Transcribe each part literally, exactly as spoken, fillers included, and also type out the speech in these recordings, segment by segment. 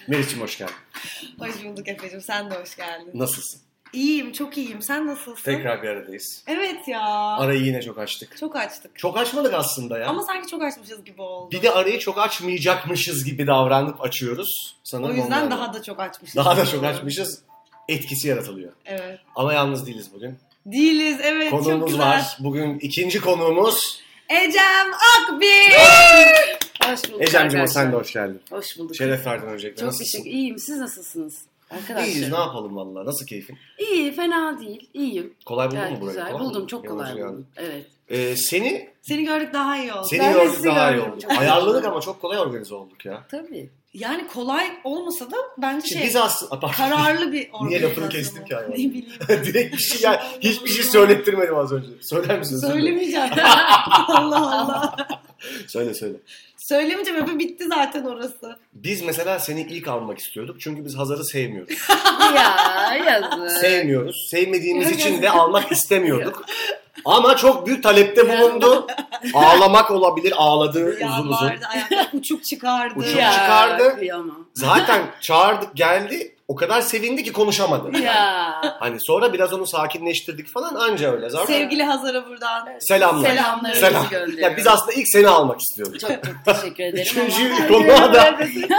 Meriç'im hoş geldin. Hoş bulduk Efe'cim, sen de hoş geldin. Nasılsın? İyiyim, çok iyiyim. Sen nasılsın? Tekrar bir aradayız. Evet ya. Arayı yine çok açtık. Çok açtık. Çok açmadık aslında ya. Ama sanki çok açmışız gibi oldu. Bir de arayı çok açmayacakmışız gibi davranıp açıyoruz. Sanırım o yüzden ondan daha da. da çok açmışız. Daha da çok açmışız. Etkisi yaratılıyor. Evet. Ama yalnız değiliz bugün. Değiliz, evet. Konuğumuz çok güzel. var. Bugün ikinci konuğumuz. Ecem Akbil. Hoş bulduk. Ecem'cim sen de hoş geldin. Hoş bulduk. Şeref verdin öncelikle. Çok Nasılsın? teşekkür iyiyim. Siz nasılsınız? Arkadaşlar. İyiyiz, ne yapalım valla. Nasıl keyfin? İyi, fena değil. İyiyim. Kolay buldun Gayet mu burayı? güzel. Kolay Buldum, mı? çok Yalnız kolay yani. buldum. Evet. Ee, seni Seni gördük daha iyi oldu. seni Ben de gördük sizi daha iyi gördüm. oldu. Çok Ayarladık ama çok kolay organize olduk ya. Tabii. Yani kolay olmasa da bence Şimdi şey biz aslında... Pardon. kararlı bir organizasyon. Niye lafını kestim ki hayvan? Ne bileyim. Direkt bir şey yani hiçbir şey söylettirmedim az önce. Söyler misin? Söylemeyeceğim. Allah Allah. Söyle söyle. Söylemeyeceğim. Öpü bitti zaten orası. Biz mesela seni ilk almak istiyorduk. Çünkü biz Hazar'ı sevmiyoruz. Ya yazık. Sevmiyoruz. Sevmediğimiz için de almak istemiyorduk. Ama çok büyük talepte bulundu. Ağlamak olabilir. Ağladı Ya uzun uzun. vardı ayakta uçuk çıkardı. Uçuk Ya, çıkardı. kıyamam. Zaten çağırdık geldi. O kadar sevindi ki konuşamadı. Ya. Hani sonra biraz onu sakinleştirdik falan anca öyle. Zaten Sevgili Hazar'a buradan. selamlar. Selamlarımızı Selam. gönderiyorum. Ya biz aslında ilk seni almak istiyorduk. Çok çok teşekkür ederim Üçüncü ama. konuğa da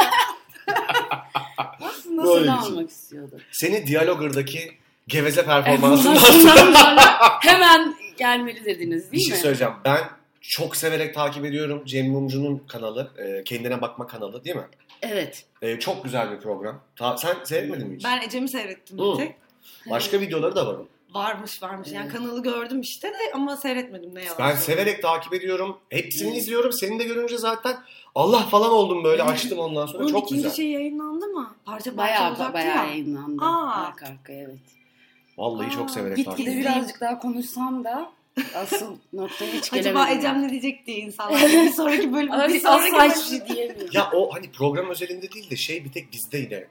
Aslında Böyle seni bir şey. almak istiyordum. seni Diyalogger'daki geveze performansından Bundan sonra hemen gelmeli dediniz bir değil şey mi? söyleyeceğim. Ben çok severek takip ediyorum. Cem Mumcu'nun kanalı. e, Kendine Bakma kanalı değil mi? Evet. E, çok güzel bir program. Ta- sen seyretmedin mi hiç? Ben Ecem'i seyrettim Hı. bir tek. Başka videoları da var onun. Varmış varmış. Yani Evet. kanalı gördüm işte de ama seyretmedim ne yalan. Ben söyleyeyim. severek takip ediyorum. Hepsini izliyorum. Seni de görünce zaten Allah falan oldum böyle. Açtım ondan sonra. Onun Çok ikinci güzel. şey yayınlandı mı? Parça parça Bayağı olacaktı bayağı ya. yayınlandı. Aa. Arka arka evet. Vallahi Aa, çok severek git takip Bir de ediyorum. birazcık daha konuşsam da asıl noktaya hiç Acaba gelemedim. Ecem ne diyecek diye insanlar. Bir sonraki bölüm. Ama bir biz sonraki asla bölüm. hiçbir şey diyemiyorum. Ya o hani program özelinde değil de şey bir tek bizde yine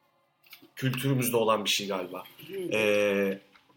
kültürümüzde olan bir şey galiba. Ee,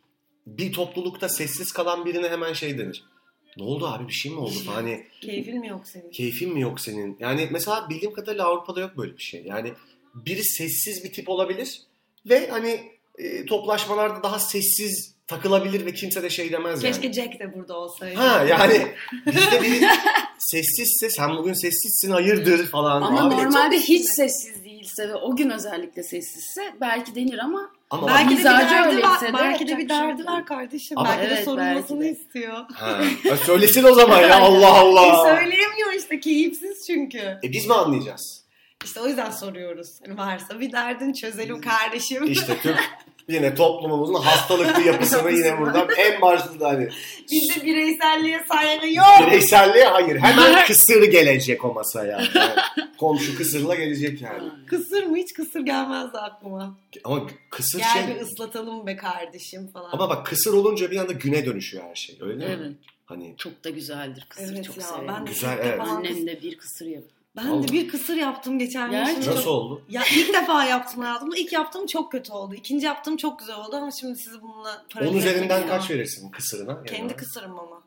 bir toplulukta sessiz kalan birine hemen şey denir. Ne oldu abi bir şey mi oldu? Hani Keyfin mi yok senin? keyfin mi yok senin? Yani mesela bildiğim kadarıyla Avrupa'da yok böyle bir şey. Yani biri sessiz bir tip olabilir ve hani e, toplaşmalarda daha sessiz takılabilir ve kimse de şey demez yani. Keşke Jack de burada olsaydı. Ha yani bizde biri sessizse sen bugün sessizsin hayırdır falan. Ama Abi, normalde hiç sessiz değilse ve o gün özellikle sessizse belki denir ama ama Belki de bir Mizacı derdi öyleyse var. de Belki de yapacak bir bir şey derdi yok. var kardeşim. Ama belki de evet, sorulmasını belki de. istiyor. ha, ya söylesin o zaman ya Allah Allah. E, söyleyemiyor işte keyifsiz çünkü. E biz mi anlayacağız? İşte o yüzden soruyoruz. Hani varsa bir derdin çözelim kardeşim. İşte Türk yine toplumumuzun hastalıklı yapısını yine buradan en başında hani Bizde bireyselliğe saygı yok. bireyselliğe hayır hemen kısır gelecek o masaya. Yani komşu kısırla gelecek yani. Kısır mı? Hiç kısır gelmezdi aklıma. Ama kısır Gel şey bir ıslatalım be kardeşim falan. ama bak kısır olunca bir anda güne dönüşüyor her şey öyle değil mi? evet Hani çok da güzeldir kısır Evet çok ya, severim. ben de Güzel, ilk evet. defa Annem kısır- de bir kısır yap. Ben Vallahi. de bir kısır yaptım geçen gün. Gerçekten. Şimdi nasıl çok- oldu? Ya ilk defa yaptım hayatımda. İlk yaptığım çok kötü oldu. İkinci yaptığım çok güzel oldu ama şimdi sizi bununla Onun paralel üzerinden edeceğim. kaç verirsin kısırına? Kendi Yani? kısırım ama.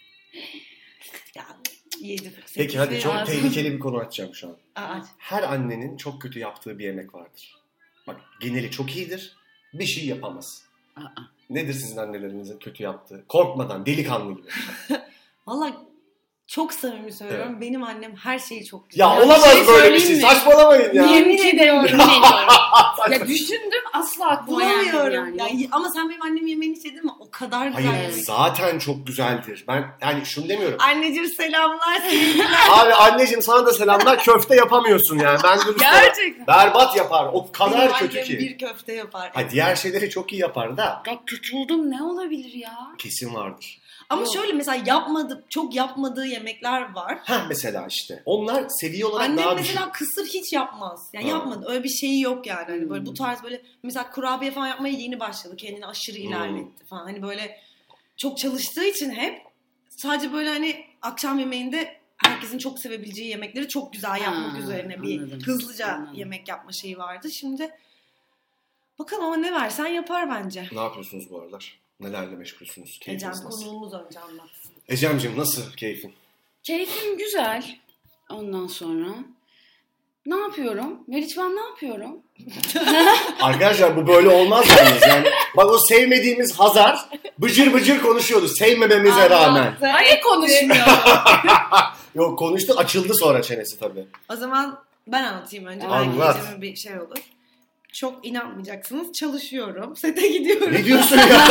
Ya yedi. Peki hadi sekiz çok veya- tehlikeli bir konu açacağım şu an. Aa, Her annenin çok kötü yaptığı bir yemek vardır. Bak geneli çok iyidir. Bir şey yapamaz. Aa. Nedir sizin annelerinizin kötü yaptığı? Korkmadan, delikanlı gibi. Valla çok samimi söylüyorum. Evet. Benim annem her şeyi çok güzel. Ya Ya bir olamaz şey böyle bir şey. söyleyeyim mi? Saçmalamayın ya. Yemin ediyorum. Yemin ediyorum. Ya düşündüm asla aklıma gelmedi Bulamıyorum. yani. Ya, ama sen benim annemin yemeğini hiç yedin mi? O kadar güzel Hayır yemek. zaten çok güzeldir. Ben yani şunu demiyorum. Anneciğim selamlar. Abi anneciğim sana da selamlar. Köfte yapamıyorsun yani. Ben dürüst olarak- Gerçekten. Berbat yapar. O kadar Benim kötü annem ki. bir köfte yapar. Ha, diğer şeyleri çok iyi yapar da Ya tutuldum ne olabilir ya? kesin vardır. Ama Yok. şöyle mesela yapmadı, çok yapmadığı yemekler var. Ha mesela işte. Onlar seviye olarak Annem daha mesela düşük. kısır hiç yapmaz. Yani Ha. yapmadı. Öyle bir şeyi yok yani. Hani böyle bu Hmm. tarz böyle mesela kurabiye falan yapmaya yeni başladı. Kendini aşırı Hmm. ilerletti falan. Hani böyle çok çalıştığı için hep sadece böyle hani akşam yemeğinde herkesin çok sevebileceği yemekleri çok güzel yapmak Ha, üzerine bir anladım, hızlıca anladım. yemek yapma şeyi vardı. Şimdi bakalım ama ne versen yapar bence. Ne yapıyorsunuz bu aralar? Nelerle meşgulsünüz? Ecem Keyfiniz nasıl? konuğumuz önce anlatsın. Ecem'cim nasıl keyfin? Keyfim güzel. Ondan sonra Ne yapıyorum? Meriç ben ne yapıyorum? Arkadaşlar bu böyle olmaz yalnız yani. Bak o sevmediğimiz Hazar bıcır bıcır konuşuyordu sevmememize rağmen. Hani konuşmuyor? Yok konuştu açıldı sonra çenesi tabii. O zaman ben anlatayım önce. Anlat. Belki geceme bir şey olur. Çok inanmayacaksınız. Çalışıyorum. Sete gidiyorum. Ne diyorsun ya?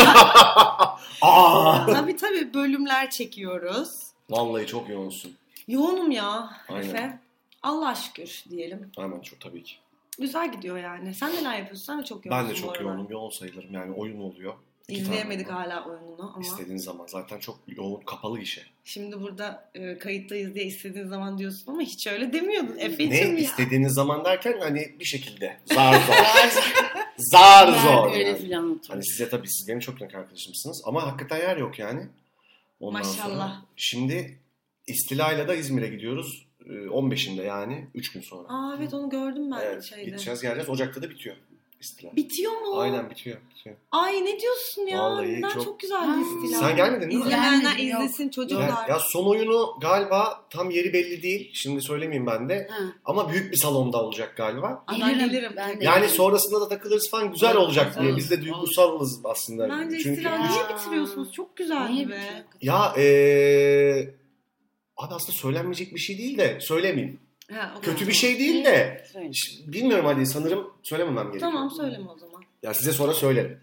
Aa! Tabii tabii bölümler çekiyoruz. Vallahi çok yoğunsun. Yoğunum ya Aynen. Efe. Allah şükür diyelim. Aynen çok tabii ki. Güzel gidiyor yani. Sen neler yapıyorsun? Sen de çok yoğunsun Ben de bu çok arada. yoğunum. Yoğun sayılırım yani oyun oluyor. İki İzleyemedik tane var. hala oyununu ama. İstediğin zaman. Zaten çok yoğun kapalı işe. Şimdi burada e, kayıttayız diye istediğin zaman diyorsun ama hiç öyle demiyordun Efe'cim Ne ya. istediğiniz zaman derken hani bir şekilde. Zar zor. Zar zor. Öyle Yani. filan oturuyor. Hani size tabii siz benim çok yakın arkadaşımsınız ama hakikaten yer yok yani. Ondan Maşallah. Sonra, şimdi İstila'yla da İzmir'e gidiyoruz. on beşinde yani üç gün sonra. Aa evet onu gördüm ben Evet, şeyde. gideceğiz geleceğiz. Ocak'ta da bitiyor İstila. Bitiyor mu? Aynen bitiyor. bitiyor. Ay ne diyorsun ya? Vallahi ben çok- çok, güzeldi Ha. İstila. Sen gelmedin değil mi? İzleyenler Gelmedim, yok. izlesin Ya, çocuklar. ya son oyunu galiba tam yeri belli değil. Şimdi söylemeyeyim ben de. Ha. Ama büyük bir salonda olacak galiba. Aa, ben gelirim. Ben de Yani gelirim. sonrasında da takılırız falan güzel Olur, olacak diye. olur, Biz de olur. duygusalız aslında. Bence Çünkü İstila Ya. niye bitiriyorsunuz? Çok güzeldi Niye be. bitiyor? ya eee abi aslında söylenmeyecek bir şey değil de söylemeyeyim. Ha, o Kötü kadar. bir şey değil de Söyle. ş- bilmiyorum hadi sanırım söylememem gerekiyor. Tamam söyleme o zaman. Ya size sonra söylerim.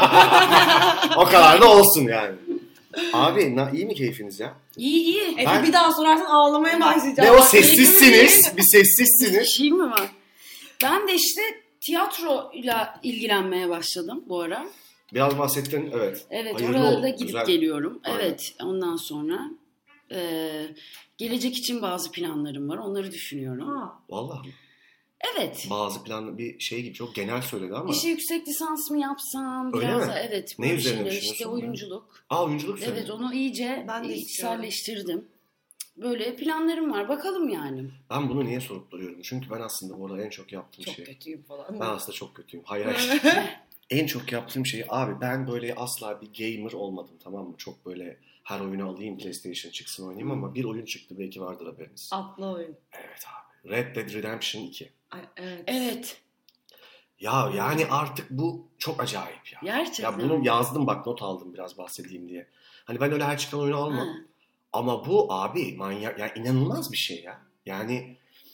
O kadar da olsun yani. Abi na, iyi mi keyfiniz ya? İyi iyi. Efe Ben- bir daha sorarsan ağlamaya başlayacağım. Ne o Bak, sessizsiniz. Bir Bir sessizsiniz. şey mi var? Ben de işte tiyatroyla ilgilenmeye başladım bu ara. Biraz bahsettin evet. Evet Hayırlı orada oldu, da gidip güzel. geliyorum. Aynen. Evet ondan sonra e, gelecek için bazı planlarım var. Onları düşünüyorum. Ha, Vallahi Evet. bazı plan bir şey gibi çok genel söyledi ama. İşte yüksek lisans mı yapsam? Öyle biraz mi? da- Evet. Ne böyle üzerine şeyler, düşünüyorsun İşte yani? oyunculuk. Aa oyunculuk söyledi. Evet onu iyice Ben de içselleştirdim. Böyle planlarım var. Bakalım yani. Ben bunu niye sorup duruyorum? Çünkü ben aslında bu arada en çok yaptığım çok şey. kötüyüm falan. Ben aslında çok kötüyüm. Hayır hayır. En çok yaptığım şey abi ben böyle asla bir gamer olmadım tamam mı? Çok böyle her oyunu alayım PlayStation çıksın oynayayım ama bir oyun çıktı belki vardır haberiniz. Atlı oyun. Evet abi. Red Dead Redemption iki. Ay, evet. Evet. Ya yani artık bu çok acayip ya. Gerçekten. Ya bunu yazdım bak not aldım biraz bahsedeyim diye. Hani ben öyle her çıkan oyunu almam. Ha. Ama bu abi manyak ya inanılmaz bir şey ya. Yani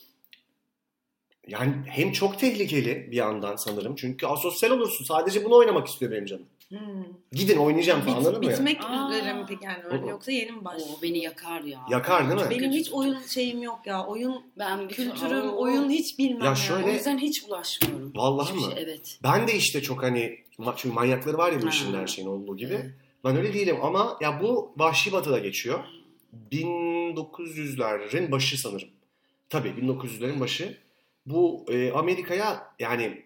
yani hem çok tehlikeli bir yandan sanırım. Çünkü asosyal olursun. Sadece bunu oynamak istiyor benim canım. Hmm. Gidin oynayacağım falan Bit, anladın mı ya? bitmek Aa. üzere mi peki yani öyle O- yoksa yeni mi başlıyor? O beni yakar ya. Yakar değil mi? Benim Kötü. hiç oyun şeyim yok ya. Oyun Ben bir kültürüm, Oo. oyun hiç bilmem Ya ya. şöyle- O yüzden hiç bulaşmıyorum. Vallahi Hiçbir mı? Şey, evet. Ben de işte çok hani ma- çünkü manyakları var ya bu Ha. işin her şeyin olduğu gibi. Evet. Ben öyle değilim ama ya bu Vahşi Batı'da geçiyor. bin dokuz yüzlerin başı sanırım. Tabii bin dokuz yüzlerin başı. Bu e, Amerika'ya yani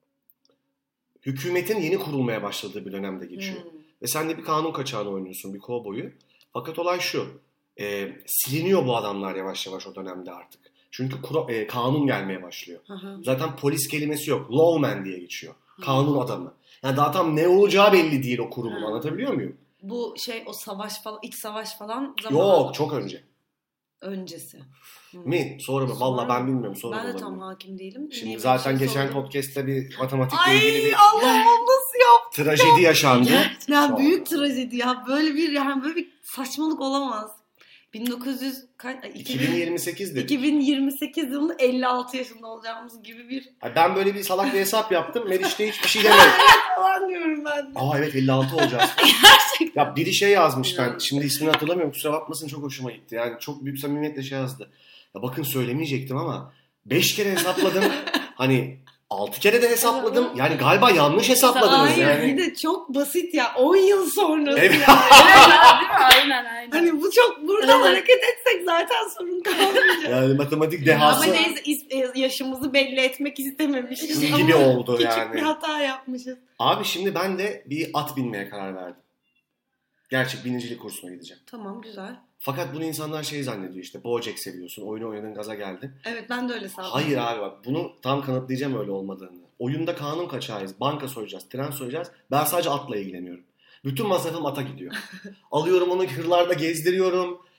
hükümetin yeni kurulmaya başladığı bir dönemde geçiyor. Hmm. Ve sen de bir kanun kaçağını oynuyorsun, bir kovboyu. Fakat olay şu, e, siliniyor bu adamlar yavaş yavaş o dönemde artık. Çünkü kura- e, kanun gelmeye başlıyor. Hı hı. Zaten polis kelimesi yok, lawman diye geçiyor. Kanun adamı. Yani daha tam ne olacağı belli değil o kurumun, Ha. anlatabiliyor muyum? Bu şey o savaş falan, iç savaş falan zaman Yok, çok önce. öncesi. Hmm. Mi? Sonra mı? Sonra Vallahi ben bilmiyorum. Sonra Ben da de tam olabilir. hakim değilim. Niye Şimdi böyle zaten bir şey geçen sordun? podcast'te bir matematikle Ay ilgili bir Allah'ım nasıl yaptın? trajedi yaşandı. Ya Çok. büyük trajedi ya. Böyle bir yani böyle bir saçmalık olamaz. bin dokuz yüz kaç? Ay, iki bin yirmi sekizdi. iki bin yirmi sekiz yılında elli altı yaşında olacağımız gibi bir Ben böyle bir salak bir hesap yaptım. Meriç de hiçbir şey demedi. falan diyorum ben. de. Aa evet elli altı olacağız. Ya biri şey yazmış ben. Şimdi ismini hatırlamıyorum. Kusura bakmasın çok hoşuma gitti. Yani çok büyük samimiyetle şey yazdı. Ya bakın söylemeyecektim ama beş kere hesapladım. Hani altı kere de hesapladım. Yani galiba yanlış hesapladınız Hayır yani. bir de çok basit ya. on yıl sonrası Evet. ya. Evet, değil mi? Aynen aynen. Hani bu çok buradan hareket etsek zaten sorun kalmayacak. Yani matematik Ama dehası neyse is- e, yaşımızı belli etmek istememişiz. gibi Ama oldu küçük yani. bir hata yapmışız. Abi şimdi ben de bir at binmeye karar verdim. Gerçek binicilik kursuna gideceğim. Tamam güzel. Fakat bunu insanlar şey zannediyor işte. Bojack seviyorsun. Oyunu oynadın gaza geldin. Evet ben de öyle sandım. Hayır abi bak bunu tam kanıtlayacağım öyle olmadığını. Oyunda kanun kaçağıyız. Banka soyacağız. Tren soyacağız. Ben sadece atla ilgileniyorum. Bütün masrafım ata gidiyor. Alıyorum onu hırlarda gezdiriyorum.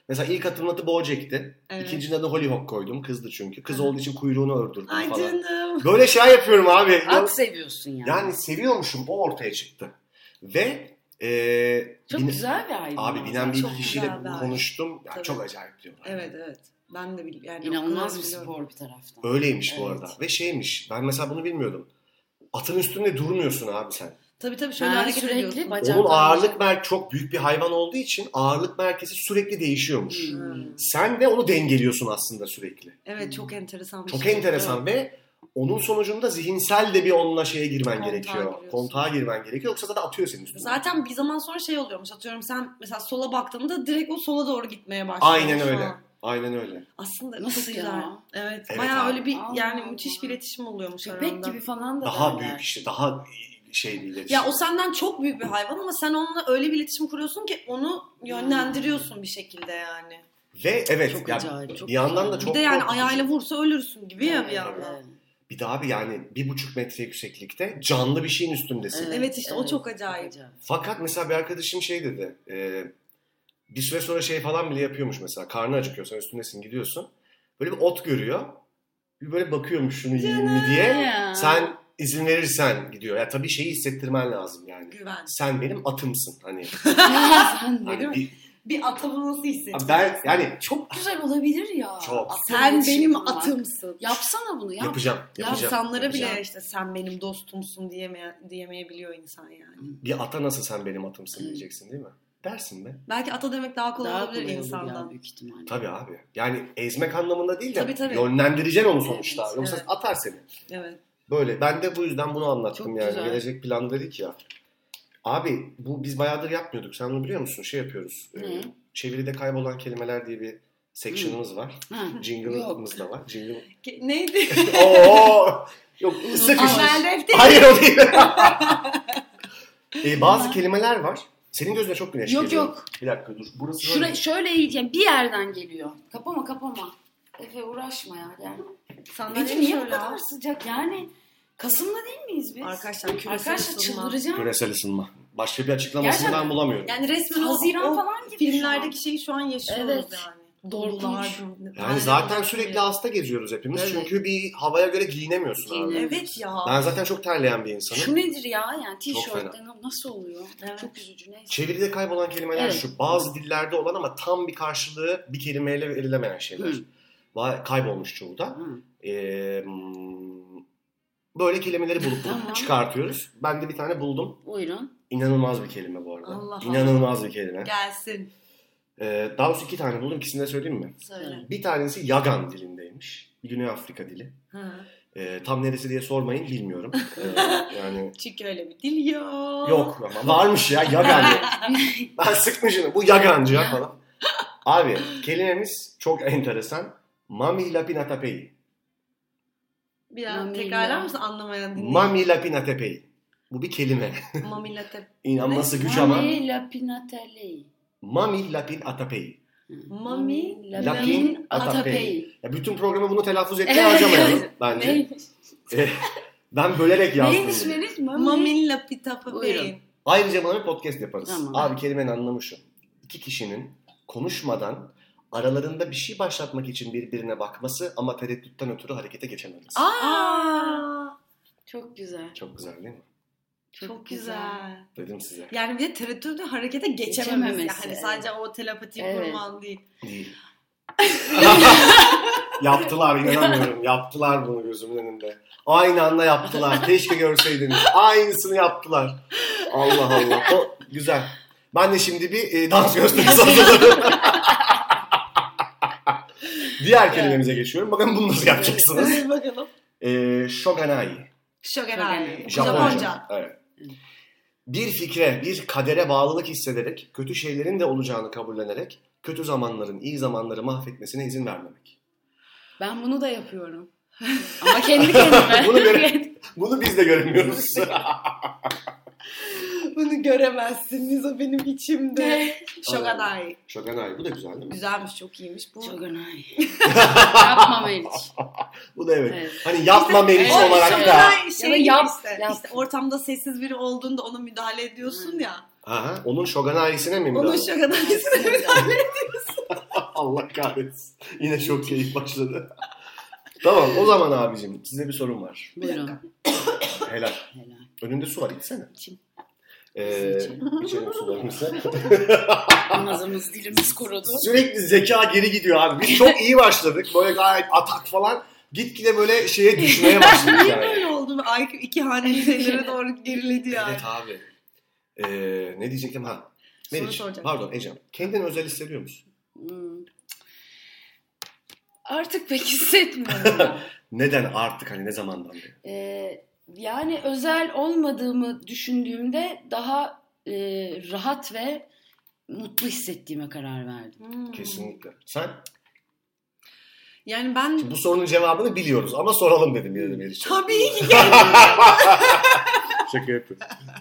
Mesela ilk atımın adı Bojack'ti. Evet. İkincinin adı Hollyhock koydum. Kızdı çünkü. Kız olduğu için kuyruğunu ördürdüm Ay falan. canım. Böyle şey yapıyorum abi. At seviyorsun yani. Yani seviyormuşum. O ortaya çıktı. Ve e, Çok bin- güzel bir hayvan. abi binen bir Çok iki kişiyle güzel bir hayvan. konuştum. Yani Tabii. çok acayip diyorlar. Evet evet. Ben de biliyorum. Yani İnanılmaz bir biliyorum. spor bir taraftan. Öyleymiş bu Evet. arada. Ve şeymiş. Ben mesela bunu bilmiyordum. Atın üstünde durmuyorsun abi sen. Tabii tabii şöyle Ha, hareket sürekli ediyorsun. bacak- Onun Bacaklar- ağırlık merkezi çok büyük bir hayvan olduğu için ağırlık merkezi sürekli değişiyormuş. Hmm. Sen de onu dengeliyorsun aslında sürekli. Evet çok enteresan bir Çok şey. enteresan ve onun sonucunda zihinsel de bir onunla şeye girmen Kontağa gerekiyor. giriyorsun. Kontağa girmen gerekiyor. Yoksa zaten atıyor senin üstüne. Zaten bir zaman sonra şey oluyormuş, atıyorum sen mesela sola baktığında direkt o sola doğru gitmeye başlıyor. Aynen öyle. falan. Aynen öyle. Aslında Nasıl çok ya? güzel. Evet. Evet Bayağı abi. öyle bir Allah yani Allah. müthiş bir iletişim oluyormuş Köpek aranda. gibi falan da Daha derler. büyük işte. Daha şey bir iletişim. Ya o senden çok büyük bir hayvan ama sen onunla öyle bir iletişim kuruyorsun ki onu yönlendiriyorsun bir şekilde yani. Ve evet. Çok ya, acayip, çok bir yandan da güzel. çok bir de yani korkutucu. ayağıyla vursa ölürsün gibi ya bir Evet, yandan. evet. Bir de abi yani bir buçuk metre yükseklikte canlı bir şeyin üstündesin. Evet, işte o çok acayip. Fakat mesela bir arkadaşım şey dedi. E, bir süre sonra şey falan bile yapıyormuş mesela. Karnı acıkıyor. Sen üstündesin gidiyorsun. Böyle bir ot görüyor. Bir böyle bakıyormuş şunu yiyeyim mi diye. Ya. Sen izin verirsen gidiyor. Ya tabii şeyi hissettirmen lazım yani. Güven. Sen benim atımsın. Hani, Sen de hani değil mi? bir, Bir atamı nasıl hissediyorsun? ben yani Çok güzel olabilir ya. Çok. Atla Sen iletişim benim kurmak. atımsın. Yapsana bunu. Yap. yapacağım. Ya yapacağım İnsanlara bile yapacağım. işte sen benim dostumsun diyemeye, diyemeyebiliyor insan yani. Bir ata nasıl sen benim atımsın Hı. diyeceksin değil mi? Dersin be. Belki ata demek daha kolay Daha olabilir kolay olur insandan. ya büyük ihtimalle. Tabii abi. Yani ezmek anlamında değil de Tabii, tabii. yönlendireceksin onu sonuçta. Evet, Yoksa evet. atar seni. Evet. Böyle. Ben de bu yüzden bunu anlattım Çok yani. güzel. Gelecek plan dedik ya. Abi bu biz bayağıdır yapmıyorduk. Sen bunu biliyor musun? Şey yapıyoruz. Ne? E, çeviride kaybolan kelimeler diye bir section'ımız var. Ha, Jingle'ımız da var. Jingle. Ke- Neydi? Oo! Yok sıkış. Amel defteri. Hayır o değil. e, bazı kelimeler var. Senin gözüne çok güneş Yok, geliyor. yok. Bir dakika dur. Burası Şura, böyle. şöyle yiyeceğim. Bir yerden geliyor. Kapama kapama. Efe uğraşma ya. Yani. Sandalye Peki niye bu şöyle kadar al. sıcak? Yani Kasım'da değil miyiz biz? Arkadaşlar küresel Arkadaşlar ısınma. çıldıracağım. Küresel ısınma. Başka bir açıklamasını Gerçekten- ben bulamıyorum. Yani resmen o, Haziran o falan gibi filmlerdeki şeyi şu an yaşıyoruz Evet. yani. Korkunç. Dolular, Yani zaten sürekli hasta geziyoruz hepimiz. Evet. Çünkü bir havaya göre giyinemiyorsun abi. Giyinemiyorsun. Evet ya. Ben zaten çok terleyen bir insanım. Şu nedir ya? Yani Çok tişörtte nasıl oluyor? Evet. Çok üzücü. Neyse. Çeviride kaybolan kelimeler Evet. şu. Bazı dillerde olan ama tam bir karşılığı bir kelimeyle verilemeyen şeyler. Hı. Va- Kaybolmuş çoğu da. Hı. Ee, hmm, böyle kelimeleri bulup bulup Tamam. çıkartıyoruz. Ben de bir tane buldum. Buyurun. İnanılmaz bir kelime bu arada. Allah İnanılmaz bir kelime. Gelsin. Ee, daha doğrusu iki tane buldum. İkisini de söyleyeyim mi? Söyle. Bir tanesi Yagan dilindeymiş. Güney Afrika dili. Ha. Ee, tam neresi diye sormayın bilmiyorum. Ee, yani Çünkü öyle bir dil yok. yok ama varmış ya Yagan. Ben sıkmışım. Bu Yagancı ya falan. Abi kelimemiz çok enteresan. Mami Lapinatapei. Bir daha Mamila. tekrarlar mısın anlamayan dinleyici? Mami Lapinatapei. Bu bir kelime. Mamilate. İnanması güç ama. Mami Lapinatelli. Mami Lapinatapei. Mami Lapin Atapei. Atapei. Ya bütün programı bunu telaffuz etmeye Evet. harcamayalım bence. Neymiş? Eh, ben bölerek yazdım. Neymiş bunu. Melis? Mami. Mamin lapitapapein. Buyurun. Ayrıca buna bir podcast yaparız. Tamam. Abi kelimenin anlamı şu. İki kişinin konuşmadan aralarında bir şey başlatmak için birbirine bakması ama tereddütten ötürü harekete geçememesi. Aa, Çok güzel. Çok güzel değil mi? çok, güzel. Dedim size. Yani bir de tereddütle harekete geçememesi. Geçememesi, Yani evet. sadece o telepatiyi Evet. kurman değil. Değil. Yaptılar inanamıyorum. Yaptılar bunu gözümün önünde. Aynı anda yaptılar. Keşke görseydiniz. Aynısını yaptılar. Allah Allah. O güzel. Ben de şimdi bir e, dans gösterisi hazırladım. Diğer kelimemize geçiyorum. Bakın bunu nasıl yapacaksınız. Hadi bakalım. E, shoganai. Shoganai. Japonca. Japonca. Evet. Bir fikre, bir kadere bağlılık hissederek, kötü şeylerin de olacağını kabullenerek, kötü zamanların iyi zamanları mahvetmesine izin vermemek. Ben bunu da yapıyorum. Ama kendi kendime. Bunu göre- Bunu biz de göremiyoruz. Bunu göremezsiniz o benim içimde. Shoganai. Shoganai. Bu da güzel değil mi? Güzelmiş, çok iyiymiş. Bu Çok önemli. Yapma Meriç. Bu da evet. Evet. Hani yapma Meriç evet, olarak da. Shoganai şey Ya da gibi yap, işte. yap. İşte ortamda sessiz biri olduğunda ona müdahale ediyorsun Hmm. ya. Aha, onun Shogun ailesine mi Onun müdahale? Shogun ailesine müdahale. Allah kahretsin. Yine çok keyif başladı. Tamam o zaman abicim size bir sorum var. Buyurun. Helal. Helal. Önünde su var içsene. İçim. Ee, İçelim. içelim sularımızı. Ağzımız dilimiz kurudu. Sürekli zeka geri gidiyor abi. Biz çok iyi başladık. Böyle gayet atak falan. Gitgide böyle şeye düşmeye başladık Niye yani. böyle oldu? I Q iki haneli sayılara doğru geriledi yani. Evet abi. Ee, ne diyecektim ha? Soru Meriç, soracağım. pardon Ecem. Kendini özel hissediyor musun? Hmm. Artık pek hissetmiyorum. ya. Neden artık hani ne zamandan beri? Ee, yani özel olmadığımı düşündüğümde daha e, rahat ve mutlu hissettiğime karar verdim. Hmm. Kesinlikle. Sen? Yani ben Şimdi bu sorunun cevabını biliyoruz ama soralım dedim yine de Meriç'e. tabii ki Şaka yapıyorum.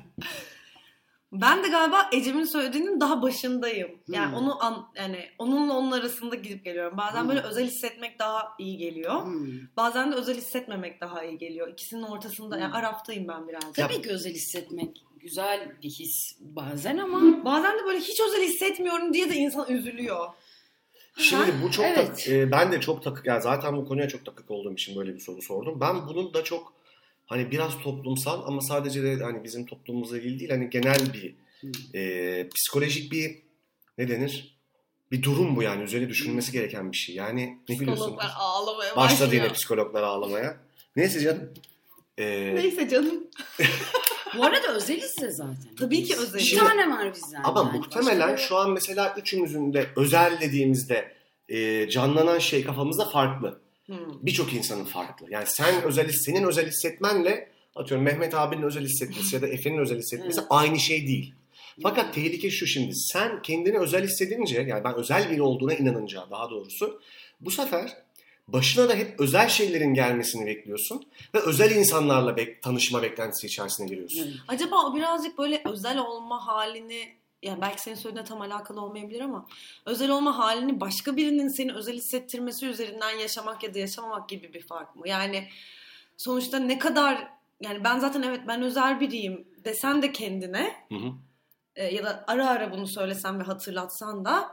ben de galiba Ecem'in söylediğinin daha başındayım. Yani Hmm. onu an, yani onunla onun arasında gidip geliyorum. Bazen Hmm. böyle özel hissetmek daha iyi geliyor. Hmm. Bazen de özel hissetmemek daha iyi geliyor. İkisinin ortasında yani Hmm. araftayım ben biraz. Tabii ki özel hissetmek güzel bir his bazen ama Bazen de böyle hiç özel hissetmiyorum diye de insan üzülüyor. Şimdi bu çok Evet. tak, e, ben de çok takık yani zaten bu konuya çok takık olduğum için böyle bir soru sordum. Ben bunun da çok hani biraz toplumsal ama sadece de hani bizim toplumumuzla ilgili değil hani genel bir Hmm. e, psikolojik bir ne denir? Bir durum bu yani üzerine düşünülmesi gereken bir şey. Yani ne biliyorsun? Psikologlar ağlamaya Başladı başlıyor. yine psikologlar ağlamaya. Neyse canım. E, Neyse canım. bu arada özeliz de zaten. Tabii ki özeliz. Bir Şimdi- tane var bizden. Ama yani. muhtemelen Başka- şu an mesela üçümüzün de özel dediğimizde e, canlanan şey kafamızda farklı. Hmm. Birçok insanın farklı. Yani sen özel senin özel hissetmenle atıyorum Mehmet abinin özel hissetmesi ya da Efe'nin özel hissetmesi Evet. aynı şey değil. Fakat tehlike şu şimdi sen kendini özel hissedince yani ben özel biri olduğuna inanınca daha doğrusu bu sefer başına da hep özel şeylerin gelmesini bekliyorsun ve özel insanlarla bek- tanışma beklentisi içerisine giriyorsun. Evet. Acaba o birazcık böyle özel olma halini yani belki senin söylediğine tam alakalı olmayabilir ama özel olma halini başka birinin seni özel hissettirmesi üzerinden yaşamak ya da yaşamamak gibi bir fark mı? Yani sonuçta ne kadar yani ben zaten evet ben özel biriyim desen de kendine Hı hı. e, ya da ara ara bunu söylesen ve hatırlatsan da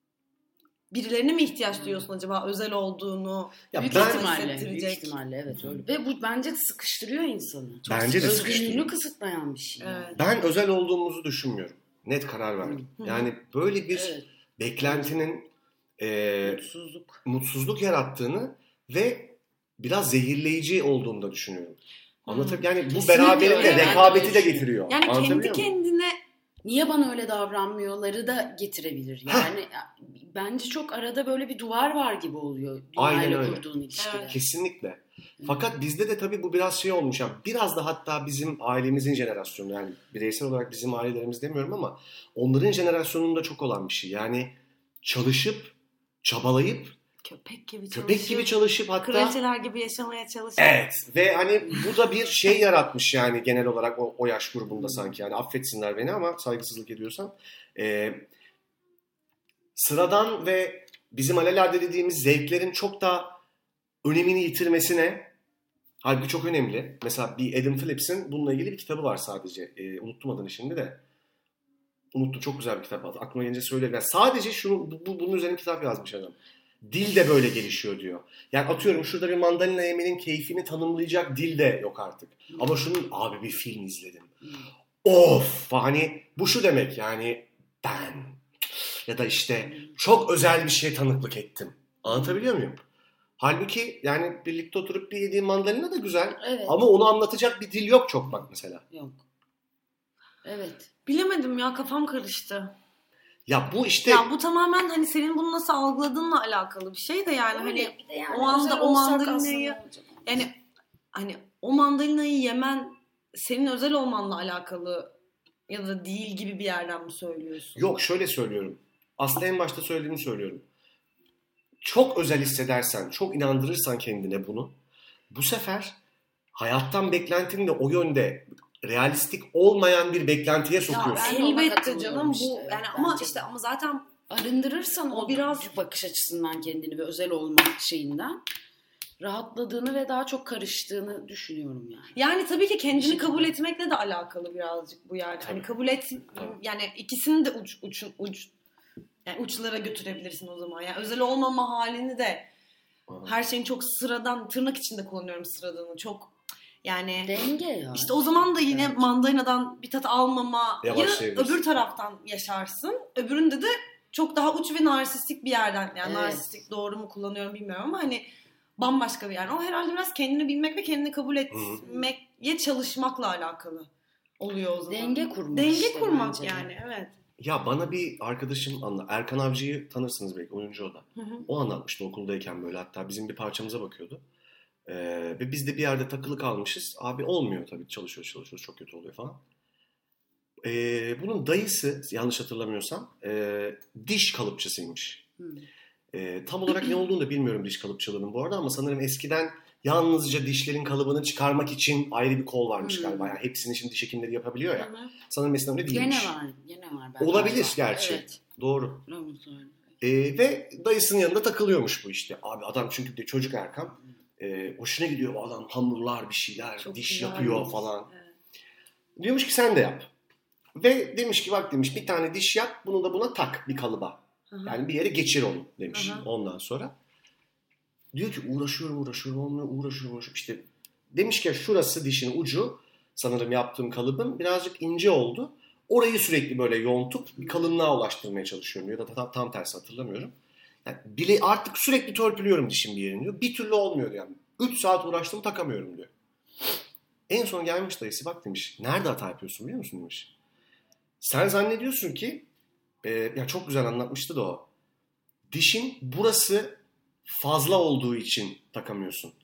birilerine mi ihtiyaç duyuyorsun acaba özel olduğunu? Ya büyük ben- ihtimalle, büyük hissettirecek. ihtimalle evet öyle. Ve bu bence sıkıştırıyor insanı. Çok Bence de özgürlüğünü sıkıştırıyor. kısıtlayan bir şey. yani. Evet. Ben özel olduğumuzu düşünmüyorum. Net karar verdim. Hı hı. Yani böyle bir Evet. beklentinin e, Mutsuzluk. mutsuzluk yarattığını ve biraz zehirleyici olduğunu da düşünüyorum. Anlatabiliyor Yani bu Kesinlikle beraberinde öyle. rekabeti de Ben de getiriyor. Yani kendi Anlatabiliyor muyum? kendine Niye bana öyle davranmıyorları da getirebilir. Yani ya, bence çok arada böyle bir duvar var gibi oluyor. Aynen Dünyayla öyle. kurduğun ilişkide. Evet. Kesinlikle. Fakat bizde de tabii bu biraz şey olmuş. Yani biraz da hatta bizim ailemizin jenerasyonu yani bireysel olarak bizim ailelerimiz demiyorum ama onların jenerasyonunda çok olan bir şey. Yani çalışıp, çabalayıp, köpek gibi köpek çalışıp, gibi çalışıp hatta... kraliçeler gibi yaşamaya çalışıp. Evet ve hani bu da bir şey yaratmış yani genel olarak o, o yaş grubunda sanki yani affetsinler beni ama saygısızlık ediyorsam. Ee, sıradan ve bizim alelade dediğimiz zevklerin çok daha önemini yitirmesine halbuki çok önemli. Mesela bir Adam Phillips'in bununla ilgili bir kitabı var sadece. Ee, unuttum adını şimdi de. Unuttum çok güzel bir kitap. Aklıma gelince söylerim. Yani sadece şunu, bu, bu- bunun üzerine kitap yazmış adam. Dil de böyle gelişiyor diyor. Yani atıyorum şurada bir mandalina yemenin keyfini tanımlayacak dil de yok artık. Ama şunun abi bir film izledim. Of hani bu şu demek yani ben ya da işte çok özel bir şeye tanıklık ettim. Anlatabiliyor muyum? Halbuki yani birlikte oturup bir yediğin mandalina da güzel. Evet. Ama onu anlatacak bir dil yok çok bak mesela. Yok. Evet. Bilemedim ya kafam karıştı. Ya bu işte Ya bu tamamen hani senin bunu nasıl algıladığınla alakalı bir şey de yani hani Öyle, bir de yani o anda özel o olsak mandalinayı aslında olacak. yani hani o mandalinayı yemen senin özel olmanla alakalı ya da değil gibi bir yerden mi söylüyorsun? yok şöyle söylüyorum. Aslında en başta söylediğimi söylüyorum. Çok özel hissedersen, çok inandırırsan kendine bunu, bu sefer hayattan beklentini de o yönde realistik olmayan bir beklentiye sokuyorsun. ben de ona Elbette katılıyorum canım bu işte. yani ama Bence- işte ama zaten Arındırırsan o O biraz- biraz bakış açısından kendini ve özel olma şeyinden rahatladığını ve daha çok karıştığını düşünüyorum yani. Yani tabii ki kendini Şekilde. kabul etmekle de alakalı birazcık bu yani. Hani kabul et yani ikisini de uç uç uç yani uçlara götürebilirsin o zaman. Yani özel olmama halini de Aha. her şeyin çok sıradan, tırnak içinde kullanıyorum sıradanı. Çok yani Denge ya. işte o zaman da yine Evet. mandalinadan bir tat almamayı Yavaşlayabilirsin. öbür taraftan yaşarsın. Öbüründe de çok daha uç ve narsistik bir yerden. Yani Evet. narsistik doğru mu kullanıyorum bilmiyorum ama hani bambaşka bir yer. O herhalde biraz kendini bilmek ve kendini kabul etmeye çalışmakla alakalı oluyor o zaman. Denge kurmak Denge işte kurmak bence de. yani evet. Ya bana bir arkadaşım anla. Erkan Avcı'yı tanırsınız belki, oyuncu o da. Hı hı. O anlatmıştı okuldayken böyle, hatta bizim bir parçamıza bakıyordu. Ee, ve biz de bir yerde takılı kalmışız. Abi olmuyor tabii, çalışıyoruz çalışıyoruz çok kötü oluyor falan. Ee, bunun dayısı yanlış hatırlamıyorsam e, diş kalıpçısıymış. Hı. Ee, tam olarak ne olduğunu da bilmiyorum diş kalıpçılığının bu arada, ama sanırım eskiden yalnızca dişlerin kalıbını çıkarmak için ayrı bir kol varmış Hı. galiba. Yani hepsini şimdi diş hekimleri yapabiliyor ya. Hı hı. Sanırım eskiden öyle Gene değilmiş. var. Gene var. Ben Olabilir galiba. gerçi. Evet. Doğru. Bravo, söyle. Ee, ve dayısının yanında takılıyormuş bu işte. Abi adam çünkü de çocuk Erkan. E, hoşuna gidiyor bu adam, hamurlar bir şeyler, Çok diş güzel yapıyor olmuş. falan. Evet. Diyormuş ki sen de yap. Ve demiş ki bak demiş, bir tane diş yap, bunu da buna tak bir kalıba. Hı hı. Yani bir yere geçir onu demiş. Aha. Ondan sonra diyor ki uğraşıyorum uğraşıyorum olmuyor, uğraşıyorum uğraşıyorum. İşte demiş ki şurası dişin ucu, sanırım yaptığım kalıbın birazcık ince oldu. Orayı sürekli böyle yontup bir kalınlığa ulaştırmaya çalışıyorum ya da tam, tam tersi hatırlamıyorum. Yani bile artık sürekli törpülüyorum dişin bir yerini diyor. Bir türlü olmuyor yani. üç saat uğraştım takamıyorum diyor. En son gelmiş dayısı, bak demiş, nerede hata yapıyorsun biliyor musun demiş. Sen zannediyorsun ki e, ya çok güzel anlatmıştı da o. Dişin burası fazla olduğu için takamıyorsun.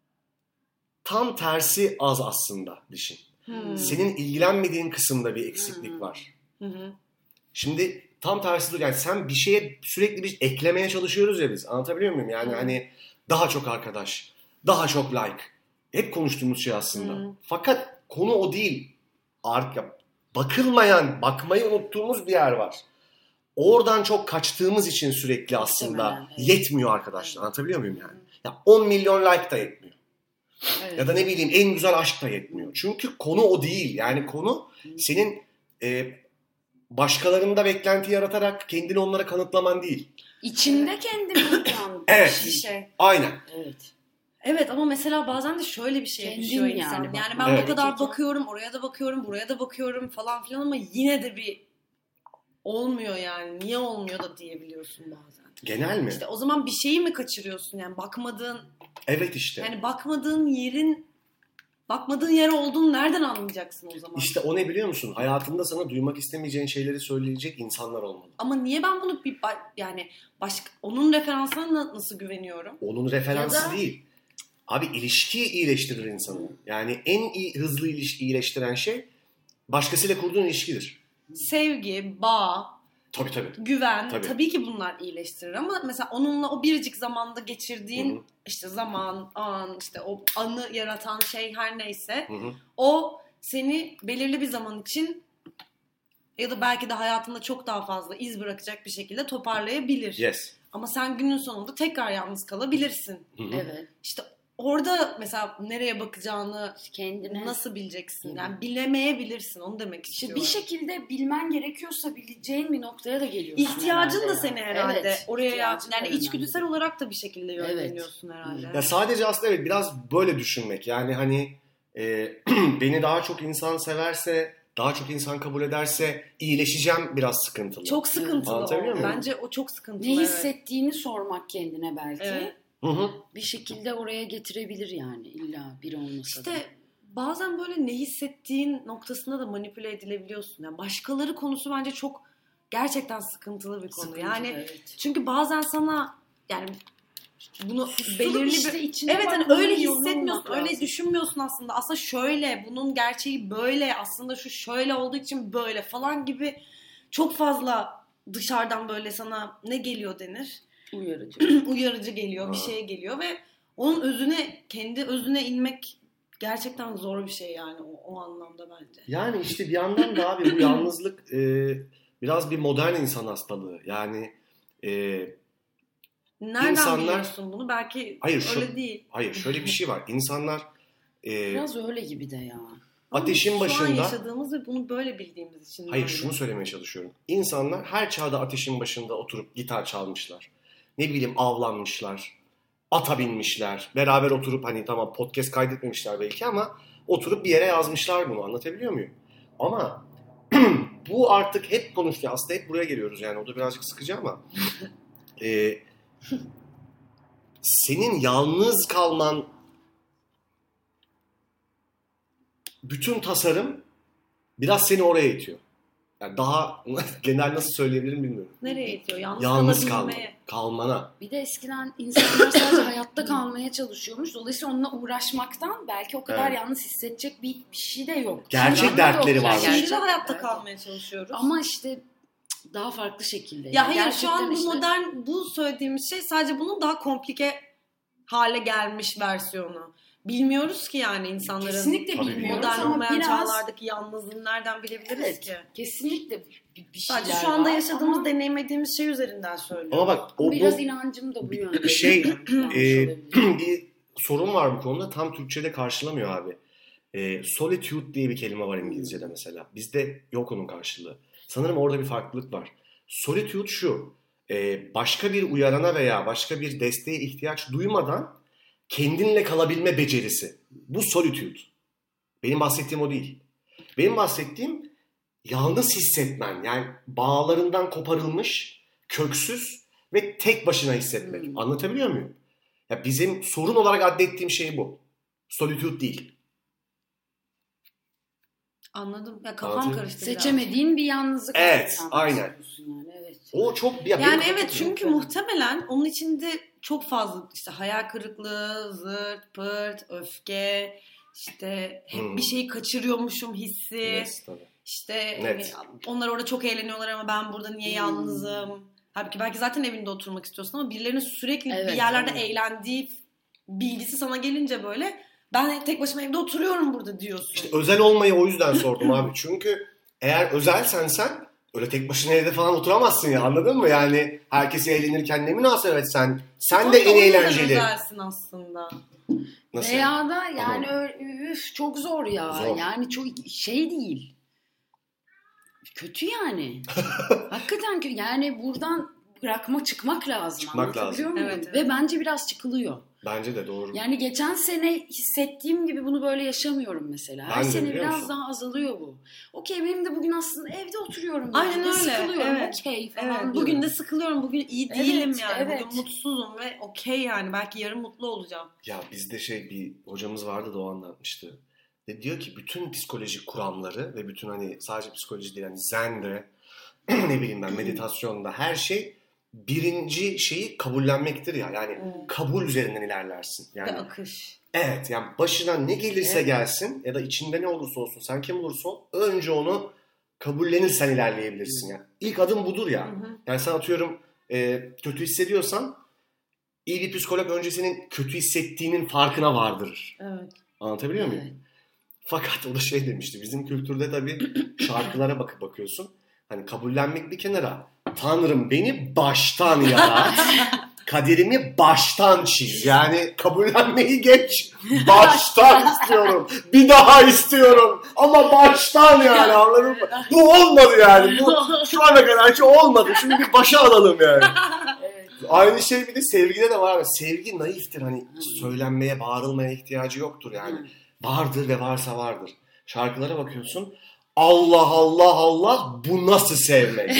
Tam tersi az aslında dişin. Hmm. Senin ilgilenmediğin kısımda bir eksiklik Hmm. var. Hı hı. Şimdi tam tersidir, yani sen bir şeye sürekli bir eklemeye çalışıyoruz ya biz. Anlatabiliyor muyum? Yani Hmm. hani daha çok arkadaş, daha çok like. Hep konuştuğumuz şey aslında. Hmm. Fakat konu o değil. Arka, bakılmayan, bakmayı unuttuğumuz bir yer var. Oradan çok kaçtığımız için sürekli aslında Muhtemelen, evet. yetmiyor arkadaşlar. Anlatabiliyor muyum yani? Ya on milyon like da yetmiyor. Evet. Ya da ne bileyim en güzel aşk da yetmiyor. Çünkü konu o değil. Yani konu senin e, başkalarında beklenti yaratarak kendini onlara kanıtlaman değil. İçinde kendini unutan Evet. Bir şey. Aynen. Evet. Evet ama mesela bazen de şöyle bir şeye Kendin düşüyor yani insan. Yani, bak- ben Evet. bu kadar Gerçekten. bakıyorum, oraya da bakıyorum, buraya da bakıyorum falan filan ama yine de bir olmuyor yani. Niye olmuyor da diyebiliyorsun bazen. Genel mi? İşte o zaman bir şeyi mi kaçırıyorsun yani bakmadığın Evet işte. yani bakmadığın yerin bakmadığın yer olduğunu nereden anlayacaksın o zaman? İşte o ne biliyor musun? Hayatında sana duymak istemeyeceğin şeyleri söyleyecek insanlar olmalı. Ama niye ben bunu bir ba- yani başka onun referansına na- nasıl güveniyorum? Onun referansı Ya da- değil. Abi ilişkiyi iyileştirir insanı. Yani en iyi, hızlı ilişki iyileştiren şey başkasıyla kurduğun ilişkidir. Sevgi, bağ, Tabii tabii. güven Tabii. tabii. ki bunlar iyileştirir ama mesela onunla o biricik zamanda geçirdiğin Hı hı. işte zaman, an, işte o anı yaratan şey her neyse Hı hı. o seni belirli bir zaman için ya da belki de hayatında çok daha fazla iz bırakacak bir şekilde toparlayabilir. Yes. Ama sen günün sonunda tekrar yalnız kalabilirsin. Hı hı. Evet. İşte orada mesela nereye bakacağını Kendine. nasıl bileceksin? Hı. Yani bilemeyebilirsin. Onu demek İşte istiyorum. bir şekilde bilmen gerekiyorsa bileceğin bir noktaya da geliyorsun. İhtiyacın herhalde da ya. seni herhalde Evet, oraya ihtiyacın da yani önemli. içgüdüsel olarak da bir şekilde yönleniyorsun herhalde. Ya sadece aslında evet biraz böyle düşünmek. Yani hani e, beni daha çok insan severse, daha çok insan kabul ederse iyileşeceğim biraz sıkıntılı. Çok sıkıntılı Anlatabiliyor o. muyum? Bence o çok sıkıntılı. Ne evet. hissettiğini sormak kendine belki. Evet. Hı hı. Bir şekilde oraya getirebilir yani illa biri olmasa da. İşte bazen böyle ne hissettiğin noktasında da manipüle edilebiliyorsun. Yani başkaları konusu bence çok gerçekten sıkıntılı bir konu. Sıkıntılı, yani evet. çünkü bazen sana yani bunu Susturup belirli işte bir içine evet hani bakmanın öyle yolunu hissetmiyorsun, bulmak öyle lazım. düşünmüyorsun aslında. Aslında şöyle, bunun gerçeği böyle, aslında şu şöyle olduğu için böyle falan gibi çok fazla dışarıdan böyle sana ne geliyor denir? Uyarıcı. Uyarıcı geliyor, bir Ha. şey geliyor ve onun özüne, kendi özüne inmek gerçekten zor bir şey yani o, o anlamda bence. Yani işte bir yandan da abi bu yalnızlık e, biraz bir modern insan hastalığı. Yani e, Nereden İnsanlar- biliyorsun bunu? Belki Hayır, şu- öyle değil. Hayır şöyle bir şey var. İnsanlar e, Biraz öyle gibi de ya. ateşin Ama Şu an başında... yaşadığımız ve bunu böyle bildiğimiz için. Hayır böyle. şunu söylemeye çalışıyorum. İnsanlar her çağda ateşin başında oturup gitar çalmışlar. Ne bileyim avlanmışlar. Ata binmişler. Beraber oturup hani tamam podcast kaydetmemişler belki ama oturup bir yere yazmışlar bunu. Anlatabiliyor muyum? Ama bu artık hep konuşuyor. Aslında hep buraya geliyoruz yani. O da birazcık sıkıcı ama. e, senin yalnız kalman, bütün tasarım biraz seni oraya itiyor. Yani daha genel nasıl söyleyebilirim bilmiyorum. Nereye itiyor? Yalnız, Yalnız kalma, kalabilmeye. kalmana. Bir de eskiden insanlar sadece hayatta kalmaya çalışıyormuş. Dolayısıyla onunla uğraşmaktan belki o kadar Evet. yalnız hissedecek bir, bir şey de yok. Gerçek Şimdi dertleri yok var. yani. Şimdi de Gerçek- hayatta Evet. kalmaya çalışıyoruz. Ama işte daha farklı şekilde. ya Yani hayır şu gerçekten an bu işte- modern, bu söylediğimiz şey sadece bunun daha komplike hale gelmiş versiyonu. Bilmiyoruz ki yani insanların Kesinlikle Tabii bilmiyoruz modern ama olmayan biraz çağlardaki yalnızlığını nereden bilebiliriz evet, ki? kesinlikle bir, bir şeyler Sadece şu anda var yaşadığımız, ama deneyimlediğimiz şey üzerinden söylüyorum. Ama bak o biraz bu inancım da bu bir- yönde. şey, Yanlış e, olabilir. bir sorun var bu konuda. Tam Türkçe'de karşılamıyor abi. E, solitude diye bir kelime var İngilizce'de mesela. Bizde yok onun karşılığı. Sanırım orada bir farklılık var. Solitude şu. e, başka bir uyarana veya başka bir desteğe ihtiyaç duymadan kendinle kalabilme becerisi. Bu solitude. Benim bahsettiğim o değil. Benim bahsettiğim yalnız hissetmen. Yani bağlarından koparılmış, köksüz ve tek başına hissetmek. Hmm. Anlatabiliyor muyum? Ya bizim sorun olarak adettiğim şey bu. Solitude değil. Anladım. Ya kafam Anlatayım. karıştı biraz. Seçemediğin bir yalnızlık. Evet, aslında aynen. bahsediyorsun Yani, evet. O çok... Ya Yani benim- evet çünkü Evet. muhtemelen onun içinde çok fazla işte hayal kırıklığı, zırt, pırt, öfke, işte hep Hmm. bir şeyi kaçırıyormuşum hissi. Yes, tabii. İşte Net. hani onlar orada çok eğleniyorlar ama ben burada niye Hmm. yalnızım? Halbuki belki zaten evinde oturmak istiyorsun ama birilerinin sürekli Evet, bir yerlerde evet. eğlendiği bilgisi sana gelince böyle ben tek başıma evde oturuyorum burada diyorsun. İşte özel olmayı o yüzden sordum abi. Çünkü eğer özelsen sen öyle tek başına evde falan oturamazsın ya, anladın mı? Yani herkes eğlenirken ne münasebet sen. Sen de en O yüzden eğlenceli. özelsin aslında. Nasıl? Veya da yani Tamam. öyle, üf, çok zor ya. Zor. Yani çok şey değil. Kötü yani. Hakikaten kötü. Yani buradan bırakma çıkmak lazım. Çıkmak Anlatabiliyor lazım. muyum? Evet, evet. Ve bence biraz çıkılıyor. Bence de doğru. Yani geçen sene hissettiğim gibi bunu böyle yaşamıyorum mesela. Her Ben de, sene biliyor biraz musun? daha azalıyor bu. Okey benim de bugün aslında evde oturuyorum. Aynen yani. Ve öyle, Sıkılıyorum. evet. Okey falan Evet, diyorum. bugün de sıkılıyorum, bugün iyi Evet, değilim yani, evet. bugün mutsuzum ve okey yani belki yarın mutlu olacağım. Ya bizde şey bir hocamız vardı da o anlatmıştı. Ve diyor ki bütün psikolojik kuramları ve bütün hani sadece psikoloji değil, hani zen'de ne bileyim ben meditasyonda her şey birinci şeyi kabullenmektir ya. Yani Hmm. kabul üzerinden ilerlersin. Ve Yani akış. evet, yani başına ne gelirse Evet. gelsin ya da içinde ne olursa olsun sen kim olursa ol önce onu kabullenirsen ilerleyebilirsin yani. İlk adım budur ya. Hı hı. Yani sen atıyorum e, kötü hissediyorsan iyi bir psikolog önce senin kötü hissettiğinin farkına vardırır. Evet. Anlatabiliyor muyum? Evet. Fakat o da şey demişti. Bizim kültürde tabii şarkılara bakıp bakıyorsun. Hani kabullenmek bir kenara. Tanrım beni baştan yarat. Kaderimi baştan çiz. Yani kabullenmeyi geç. Baştan istiyorum. Bir daha istiyorum. Ama baştan yani, anladın mı? Bu olmadı yani. Bu şu ana kadar hiç olmadı. Şimdi bir başa alalım yani. Evet. Aynı şey bir de sevgide de var. Sevgi naiftir. Hani söylenmeye, bağırılmaya ihtiyacı yoktur yani. Hı. Vardır ve varsa vardır. Şarkılara bakıyorsun. Allah Allah Allah, bu nasıl sevmek?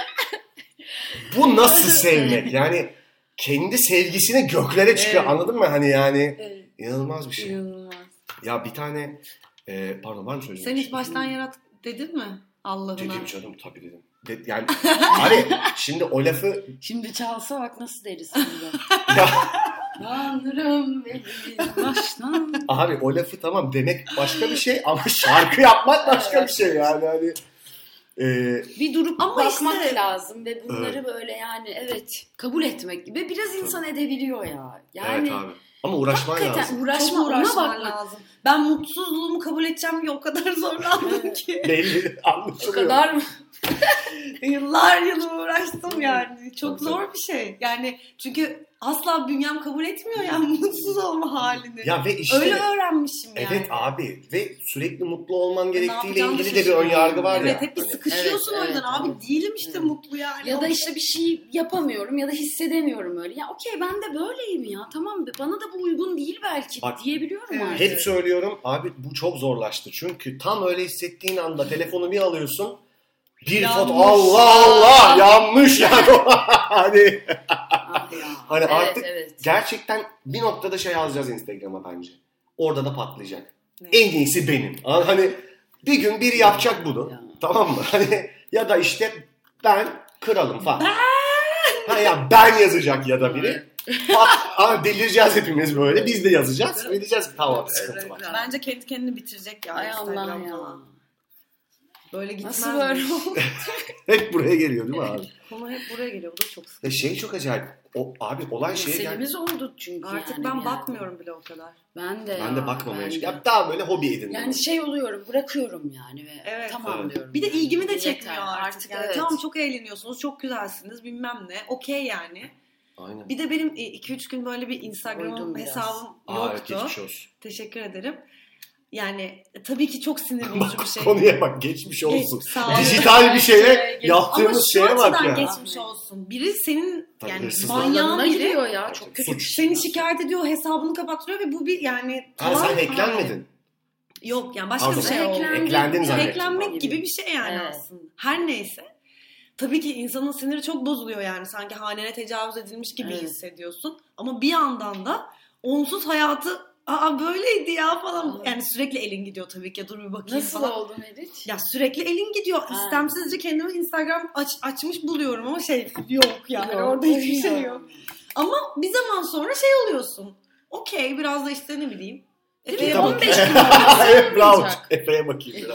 Bu nasıl sevmek? Yani kendi sevgisini göklere çıkıyor. Evet. Anladın mı? Hani yani Evet. inanılmaz bir şey. İnanılmaz. Ya bir tane e, pardon var mı söyleyeceğim? Sen bir hiç şey? baştan yarat dedin mi Allah'ına? Dedim canım, tabii dedim. De, yani abi şimdi o lafı Şimdi çalsa bak nasıl deriz şimdi. ya, Tanrım beni baştan. abi o lafı tamam demek başka bir şey ama şarkı yapmak başka bir şey yani. Hani e, Bir durup Ama bakmak işte- lazım ve bunları Evet. böyle yani evet kabul etmek gibi biraz insan edebiliyor ya. Yani evet abi. Ama uğraşman hakikaten lazım. uğraşma Çok ona uğraşman bakmak. lazım. Ben mutsuzluğumu kabul edeceğim diye o kadar zorlandım Evet. ki. Belli O anlaşılıyor. kadar mı? Yıllar yılı uğraştım yani. Çok Tabii, zor bir şey. Yani çünkü asla bünyem kabul etmiyor yani mutsuz olma halini. Ya ve işte öyle öğrenmişim yani. Evet abi ve sürekli mutlu olman Ne gerektiğiyle yapacağımı ilgili de bir şaşırıyorum. ön yargı var evet, ya. Evet hep bir Hani- sıkışıyorsun Evet, o yüzden evet, abi evet. değilim işte Evet. mutlu yani. Ya da işte bir şey yapamıyorum ya da hissedemiyorum öyle. Ya okey ben de böyleyim ya. Tamam bana da bu uygun değil belki Bak, diyebiliyorum evet. artık. Hep söylüyorum abi bu çok zorlaştı. Çünkü tam öyle hissettiğin anda telefonu bir alıyorsun. Bir Yanlış. foto Allah Allah yanlış yani. Hani, Ah ya. hani evet, artık evet. gerçekten bir noktada şey yazacağız Instagram'a bence. Orada da patlayacak. Ne? En iyisi benim. Hani bir gün biri yapacak bunu. Ya. Tamam mı? Hani ya da işte ben kralım falan. Ha ya ben yazacak ya da biri. Pat, ha, delireceğiz hepimiz böyle. Biz de yazacağız. Ve diyeceğiz ki tamam sıkıntı var. Bence kendi kendini bitirecek ya Ay Instagram Allah ya. falan. Böyle gitmez. Nasıl böyle mi? oldu? Hep buraya geliyor değil mi abi? Konu hep buraya geliyor. Bu da çok sıkıntı. Ya şey çok acayip. O, abi olay şeye geldi. Meselemiz oldu çünkü Artık yani ben bir yerde. bakmıyorum bile o kadar. Ben de Ben de ya, bakmamaya ben de. çıkıyorum. Daha böyle hobi edindim. Yani şey oluyorum bırakıyorum yani ve Evet. tamam Evet. diyorum. Bir de yani. ilgimi de Yeter, çekmiyor artık. Yani. evet. Tamam çok eğleniyorsunuz, çok güzelsiniz bilmem ne. Okey yani. Aynen. Bir de benim iki üç gün böyle bir Koydum Instagram'ım biraz. hesabım Aa, evet, yoktu. geçmiş olsun. Teşekkür ederim. Yani e, tabii ki çok sinir bozucu bir Bak şey. konuya bak geçmiş Geç- olsun. sağ ol. Dijital bir şeye Geç- Ama yaptığımız şu şeye bak açıdan ya. geçmiş olsun. Biri senin Tabii yani hırsızlık. manyağın Yanına biri giriyor ya çok kötü. Suç. bir şey. seni şikayet ediyor, hesabını kapattırıyor ve bu bir yani Ha, tamam. sen hacklenmedin. Yok yani başka Pardon. bir şey oldu. Hacklendim. Eklendin zannettim. Hacklenmek gibi bir şey yani Evet. aslında. Her neyse. Tabii ki insanın siniri çok bozuluyor yani. Sanki hanene tecavüz edilmiş gibi Evet. hissediyorsun. Ama bir yandan da onsuz hayatı aa böyleydi ya falan. Evet. Yani sürekli elin gidiyor tabii ki. Dur bir bakayım Nasıl falan. oldu Meriç? Ya sürekli elin gidiyor. Ha. İstemsizce kendimi Instagram aç, açmış buluyorum ama şey yok yani. Yok, Orada hiçbir şey olmuyor. yok. Ama bir zaman sonra şey oluyorsun. Okey biraz da işte ne bileyim. Değil Efe'ye mi? bak- on beş gün olması Evet bravo. olmayacak. Efe'ye bakayım biraz.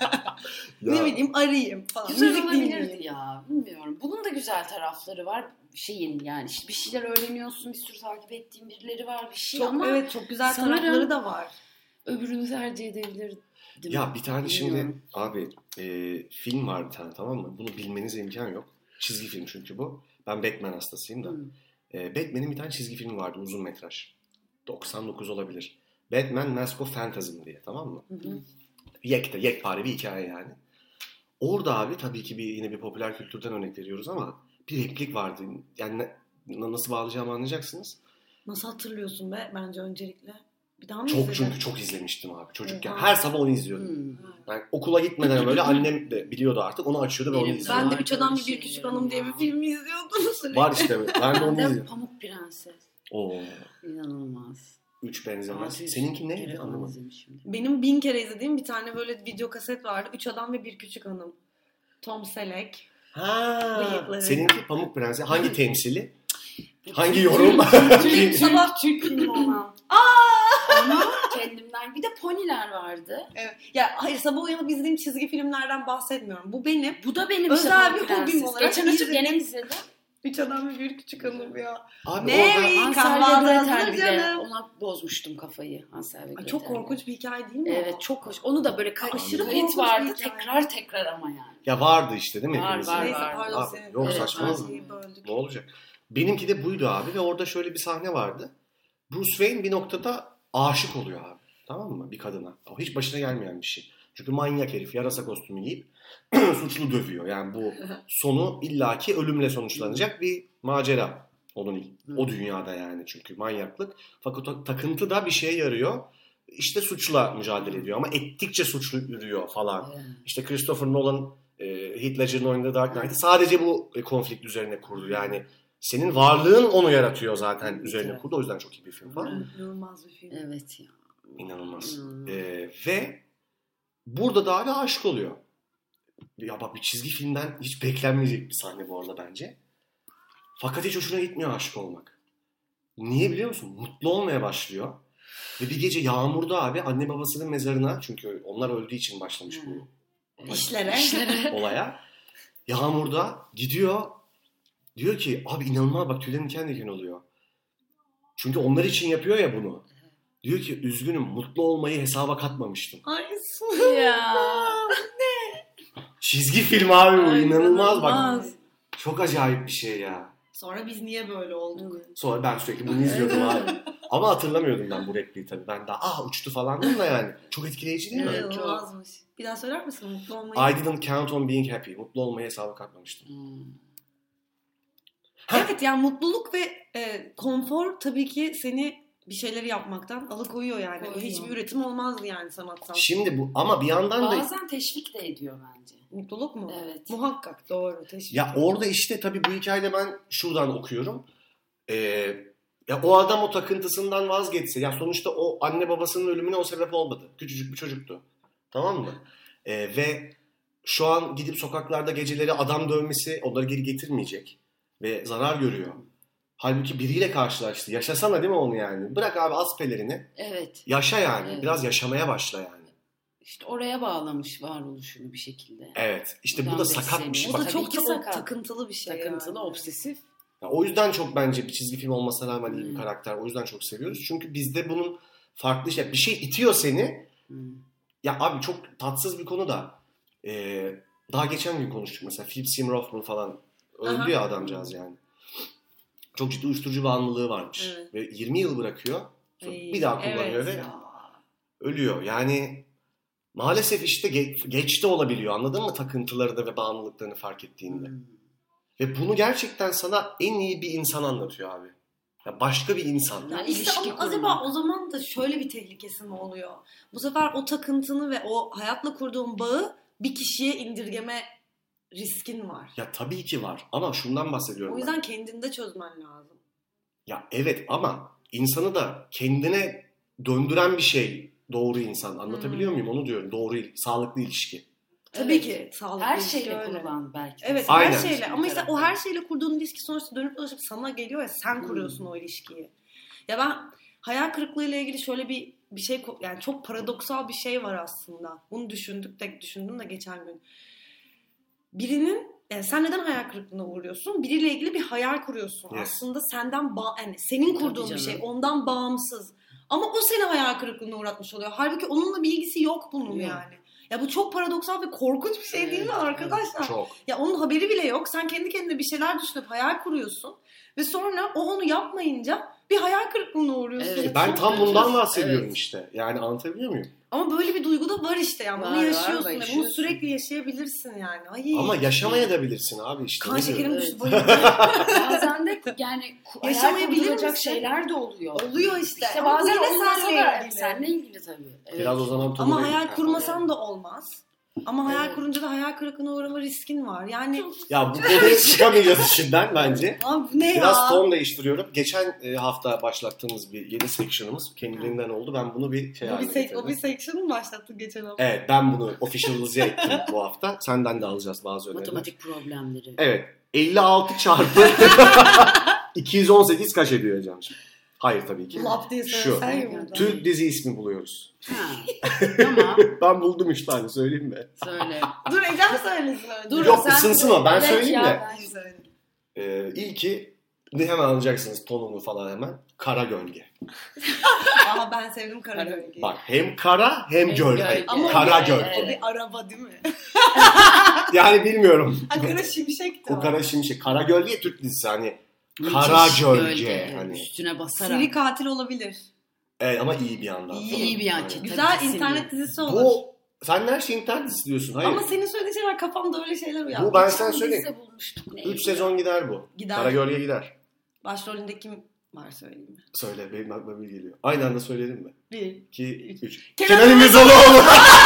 ne Ya. bileyim arayayım falan. Güzel Müzik olabilirdi dinleyeyim. ya. Bilmiyorum. Bunun da güzel tarafları var. Şeyin yani işte bir şeyler öğreniyorsun. Bir sürü takip ettiğin birileri var bir şey Çok, ama evet çok güzel sanırım- tarafları da var. öbürünü tercih edebilirdim. Ya bir tane şimdi Bilmiyorum. abi e, film var bir tane tamam mı? Bunu bilmenize imkan yok. Çizgi film çünkü bu. Ben Batman hastasıyım da. Hı. E, Batman'in bir tane çizgi filmi vardı uzun metraj. doksan dokuz olabilir. Batman Mask of Phantasm diye tamam mı? Hı hı. Yekte, yekpare bir hikaye yani. Orada abi tabii ki bir yine bir popüler kültürden örnek veriyoruz ama bir replik vardı. Yani ne- nasıl bağlayacağımı anlayacaksınız. Nasıl hatırlıyorsun be bence öncelikle? Bir daha mı Çok izledin? çünkü çok izlemiştim abi çocukken. Oha. Her sabah onu izliyordum. Hı. Yani okula gitmeden böyle annem de biliyordu artık onu açıyordu ve onu Benim izliyordu. Ben de Var Üç Adam böyle Bir Bir Küçük şeylerim Hanım diye ya. bir filmi izliyordum sürekli. Var işte ben de onu Ben de izliyorum. Pamuk Prenses. Oo, İnanılmaz. üç benzemez. Altı yüz Seninki kere neydi falan anlamadım. izlemişim. Benim bin kere izlediğim bir tane böyle video kaset vardı. Üç Adam ve Bir Küçük Hanım. Tom Selleck. Ha, Bıyıkları. seninki Pamuk Prenses. Hangi temsili? Hangi yorum? Türk sabah Türk filmi olan. Ama kendimden bir de poniler vardı. Evet. Ya hayır sabah uyanıp izlediğim çizgi filmlerden bahsetmiyorum. Bu benim. Bu da benim Özel işte bir Pamuk hobim Prenses. olarak Geçen açıp izledim. gene izledim. Üç Adam ve Bir Küçük Hanım ya. Abi Ne? orada İyi, Hansel kahvaltı ve hazır Gretel bir de. canım. Ona bozmuştum kafayı. Hansel ve Ay, Gretel. çok korkunç bir hikaye değil mi? Evet o? çok hoş. Onu da böyle ka- Aşırı kayıt korkunç bir vardı. hikaye. Tekrar tekrar ama yani. ya vardı işte değil mi? Var, hepimizin? var, Neyse var. pardon Abi, senin. yok, Evet, saçmalama. her şeyi böldük. Ne olacak? Benimki de buydu abi ve orada şöyle bir sahne vardı. Bruce Wayne bir noktada aşık oluyor abi. Tamam mı? Bir kadına. Ama hiç başına gelmeyen bir şey. Çünkü manyak herif yarasa kostümü giyip suçlu dövüyor. Yani bu sonu illaki ölümle sonuçlanacak bir macera. Onun o dünyada yani çünkü manyaklık. Fakat o takıntı da bir şeye yarıyor. İşte suçla mücadele ediyor ama ettikçe suçlu yürüyor falan. Evet. İşte Christopher Nolan e, Heath Ledger'ın oynadığı Dark Knight'ı sadece bu e, konflikt üzerine kurdu. Yani senin varlığın onu yaratıyor zaten üzerine kurdu. O yüzden çok iyi bir film falan. İnanılmaz bir film. Evet ya. İnanılmaz. İnanılmaz. E, ve burada da abi aşık oluyor. Ya bak bir çizgi filmden hiç beklenmeyecek bir sahne bu arada bence. Fakat hiç hoşuna gitmiyor aşık olmak. Niye biliyor musun? Mutlu olmaya başlıyor. Ve bir gece yağmurda abi anne babasının mezarına çünkü onlar öldüğü için başlamış bu İşlere. olaya. Yağmurda gidiyor. Diyor ki abi inanılmaz bak tüylerim diken diken oluyor. Çünkü onlar için yapıyor ya bunu. Diyor ki üzgünüm mutlu olmayı hesaba katmamıştım. Ay su. Ya. Çizgi film abi bu Ay, inanılmaz bak. inanılmaz. Çok acayip bir şey ya. Sonra biz niye böyle olduk? Sonra ben sürekli bunu izliyordum abi. Ama hatırlamıyordum ben bu repliği tabii. Ben daha ah uçtu falan da yani. Çok etkileyici değil mi? Evet, olmazmış. Bir daha söyler misin mutlu olmayı? I didn't count on being happy. Mutlu olmayı hesaba katmamıştım. Hmm. Evet yani mutluluk ve e, konfor tabii ki seni bir şeyleri yapmaktan alıkoyuyor yani. Koyuyor. Hiçbir üretim olmazdı yani sanatsal. Şimdi bu ama bir yandan da Bazen teşvik de ediyor bence. Mutluluk mu? Evet. Muhakkak doğru. Teşekkür ya orada işte tabii bu hikayede ben şuradan okuyorum. Ee, ya o adam o takıntısından vazgeçse ya sonuçta o anne babasının ölümüne o sebep olmadı. Küçücük bir çocuktu. Tamam mı? Ee, ve şu an gidip sokaklarda geceleri adam dövmesi onları geri getirmeyecek. Ve zarar görüyor. Halbuki biriyle karşılaştı. Yaşasana değil mi onu yani? Bırak abi as pelerini. Evet. Yaşa yani. Evet. Biraz yaşamaya başla yani. İşte oraya bağlamış varoluşunu bir şekilde. Evet. İşte bu Buradan da sakat bir besleniyor. şey. O da Bak, çok Tabii ki çok sakat. takıntılı bir şey. Takıntılı, yani. obsesif. ya o yüzden çok bence bir çizgi film olmasına rağmen iyi bir Hmm. karakter. O yüzden çok seviyoruz. Çünkü bizde bunun farklı şey. Bir şey itiyor seni. Hmm. Ya abi çok tatsız bir konu da. Ee, daha geçen gün konuştuk mesela. Philip Seymour Hoffman falan. Öldü Aha. ya adamcağız yani. Çok ciddi uyuşturucu bağımlılığı varmış. Evet. Ve yirmi yıl bırakıyor. Sonra Ay, bir daha kullanıyor evet ve ya. ölüyor. Yani maalesef işte geç, geç de olabiliyor. Anladın mı takıntılarını ve bağımlılıklarını fark ettiğinde. Hmm. Ve bunu gerçekten sana en iyi bir insan anlatıyor abi. Ya başka bir insan. Yani İşte ilişki ama kurma. acaba o zaman da şöyle bir tehlikesi mi oluyor? Bu sefer o takıntını ve o hayatla kurduğun bağı bir kişiye indirgeme riskin var. Ya tabii ki var ama şundan bahsediyorum O ben. yüzden kendinde çözmen lazım. Ya evet ama insanı da kendine döndüren bir şey doğru insan. Anlatabiliyor Hmm. muyum? Onu diyorum. Doğru, sağlıklı ilişki. Tabii Evet. ki sağlıklı Her ilişki şeyle öyle. kurulan belki. Evet Aynen. her şeyle ama işte o Karakter. her şeyle kurduğun ilişki sonuçta dönüp dolaşıp sana geliyor ya sen Hmm. kuruyorsun o ilişkiyi. Ya ben hayal kırıklığıyla ilgili şöyle bir bir şey yani çok paradoksal bir şey var aslında. Bunu düşündük de düşündüm de geçen gün. Birinin yani sen neden hayal kırıklığına uğruyorsun? Biriyle ilgili bir hayal kuruyorsun. Yes. Aslında senden ba- yani senin kurduğun Tabii bir şey, canım. ondan bağımsız. Ama o seni hayal kırıklığına uğratmış oluyor. Halbuki onunla bir ilgisi yok bunun Yok. yani. Ya bu çok paradoksal ve korkunç bir şey değil mi Evet, arkadaşlar? Çok. Ya onun haberi bile yok. Sen kendi kendine bir şeyler düşünüp hayal kuruyorsun. Ve sonra o onu yapmayınca bir hayal kırıklığına uğruyorsun. Evet. Ben Çok tam kötü. bundan bahsediyorum Evet. işte. Yani anlatabiliyor muyum? Ama böyle bir duygu da var işte yani. Var, Bunu var, yaşıyorsun. ve Bunu yaşıyorsun. sürekli yaşayabilirsin yani. Ay. Ama yaşamaya da bilirsin abi işte. Kan ne diyorum? şekerim Evet. düştü bayıldım. Bazen de yani ku- hayal Yaşamayabilir kurulacak misin? şeyler de oluyor. Oluyor işte. İşte Ama bazen bu yine onlarla seninle da ilgili. seninle ilgili tabii. Evet. Biraz o zaman Ama Tom'la hayal ilgili. kurmasan da olmaz. Ama hayal Evet. kurunca da hayal kırıklığına uğrama riskin var. Yani Ya bu konuyu çıkamayacağız içinden bence. abi bu ne Biraz ya? ton değiştiriyorum. Geçen e, hafta başlattığımız bir yeni section'ımız kendiliğinden oldu. Ben bunu bir şey O bir, haline sek- getirdim. o bir section mı başlattın geçen hafta? Evet ben bunu officialize ettim bu hafta. Senden de alacağız bazı öneriler. Matematik problemleri. Evet. elli altı çarpı iki yüz on sekiz kaç ediyor hocam? Hayır tabii ki. Lap diye Şu. söylesen ya burada. Türk dizi ismi buluyoruz. Ha. Tamam. Ben buldum üç tane söyleyeyim mi? Söyle. Dur Ecem söylesin önce. Dur, Yok sen- ısınsın o ben Evet söyleyeyim ya, de. Ben söyleyeyim. Ee, ilki ne hemen anlayacaksınız tonunu falan hemen. Kara gölge. Ama ben sevdim kara Kara- gölgeyi. Bak hem kara hem Hem gölge. gölge. Ama Kara o, gölge. o bir araba değil mi? Yani bilmiyorum. Ha, kara şimşekti O kara şimşek. Kara gölge Türk dizisi hani. Müthiş Kara gölge, hani. Üstüne basarak. Seri katil olabilir. Evet ama iyi bir yandan. İyi. İyi bir yan. Aynen. Güzel Tabii, internet dizisi olur. Bu sen her şeyi internet dizisi diyorsun. Hayır. Ama senin söylediğin şeyler kafamda öyle şeyler uyandı. Bu ben Geçen sana söyleyeyim. lise bulmuştuk. Ne? üç sezon gider bu. Gider. Kara gölge gider. Başrolünde kim var söyleyeyim mi? Söyle benim aklıma bir geliyor. Aynı anda söyleyelim mi? Bir. iki, üç. Kenan Kenan İmirzalıoğlu.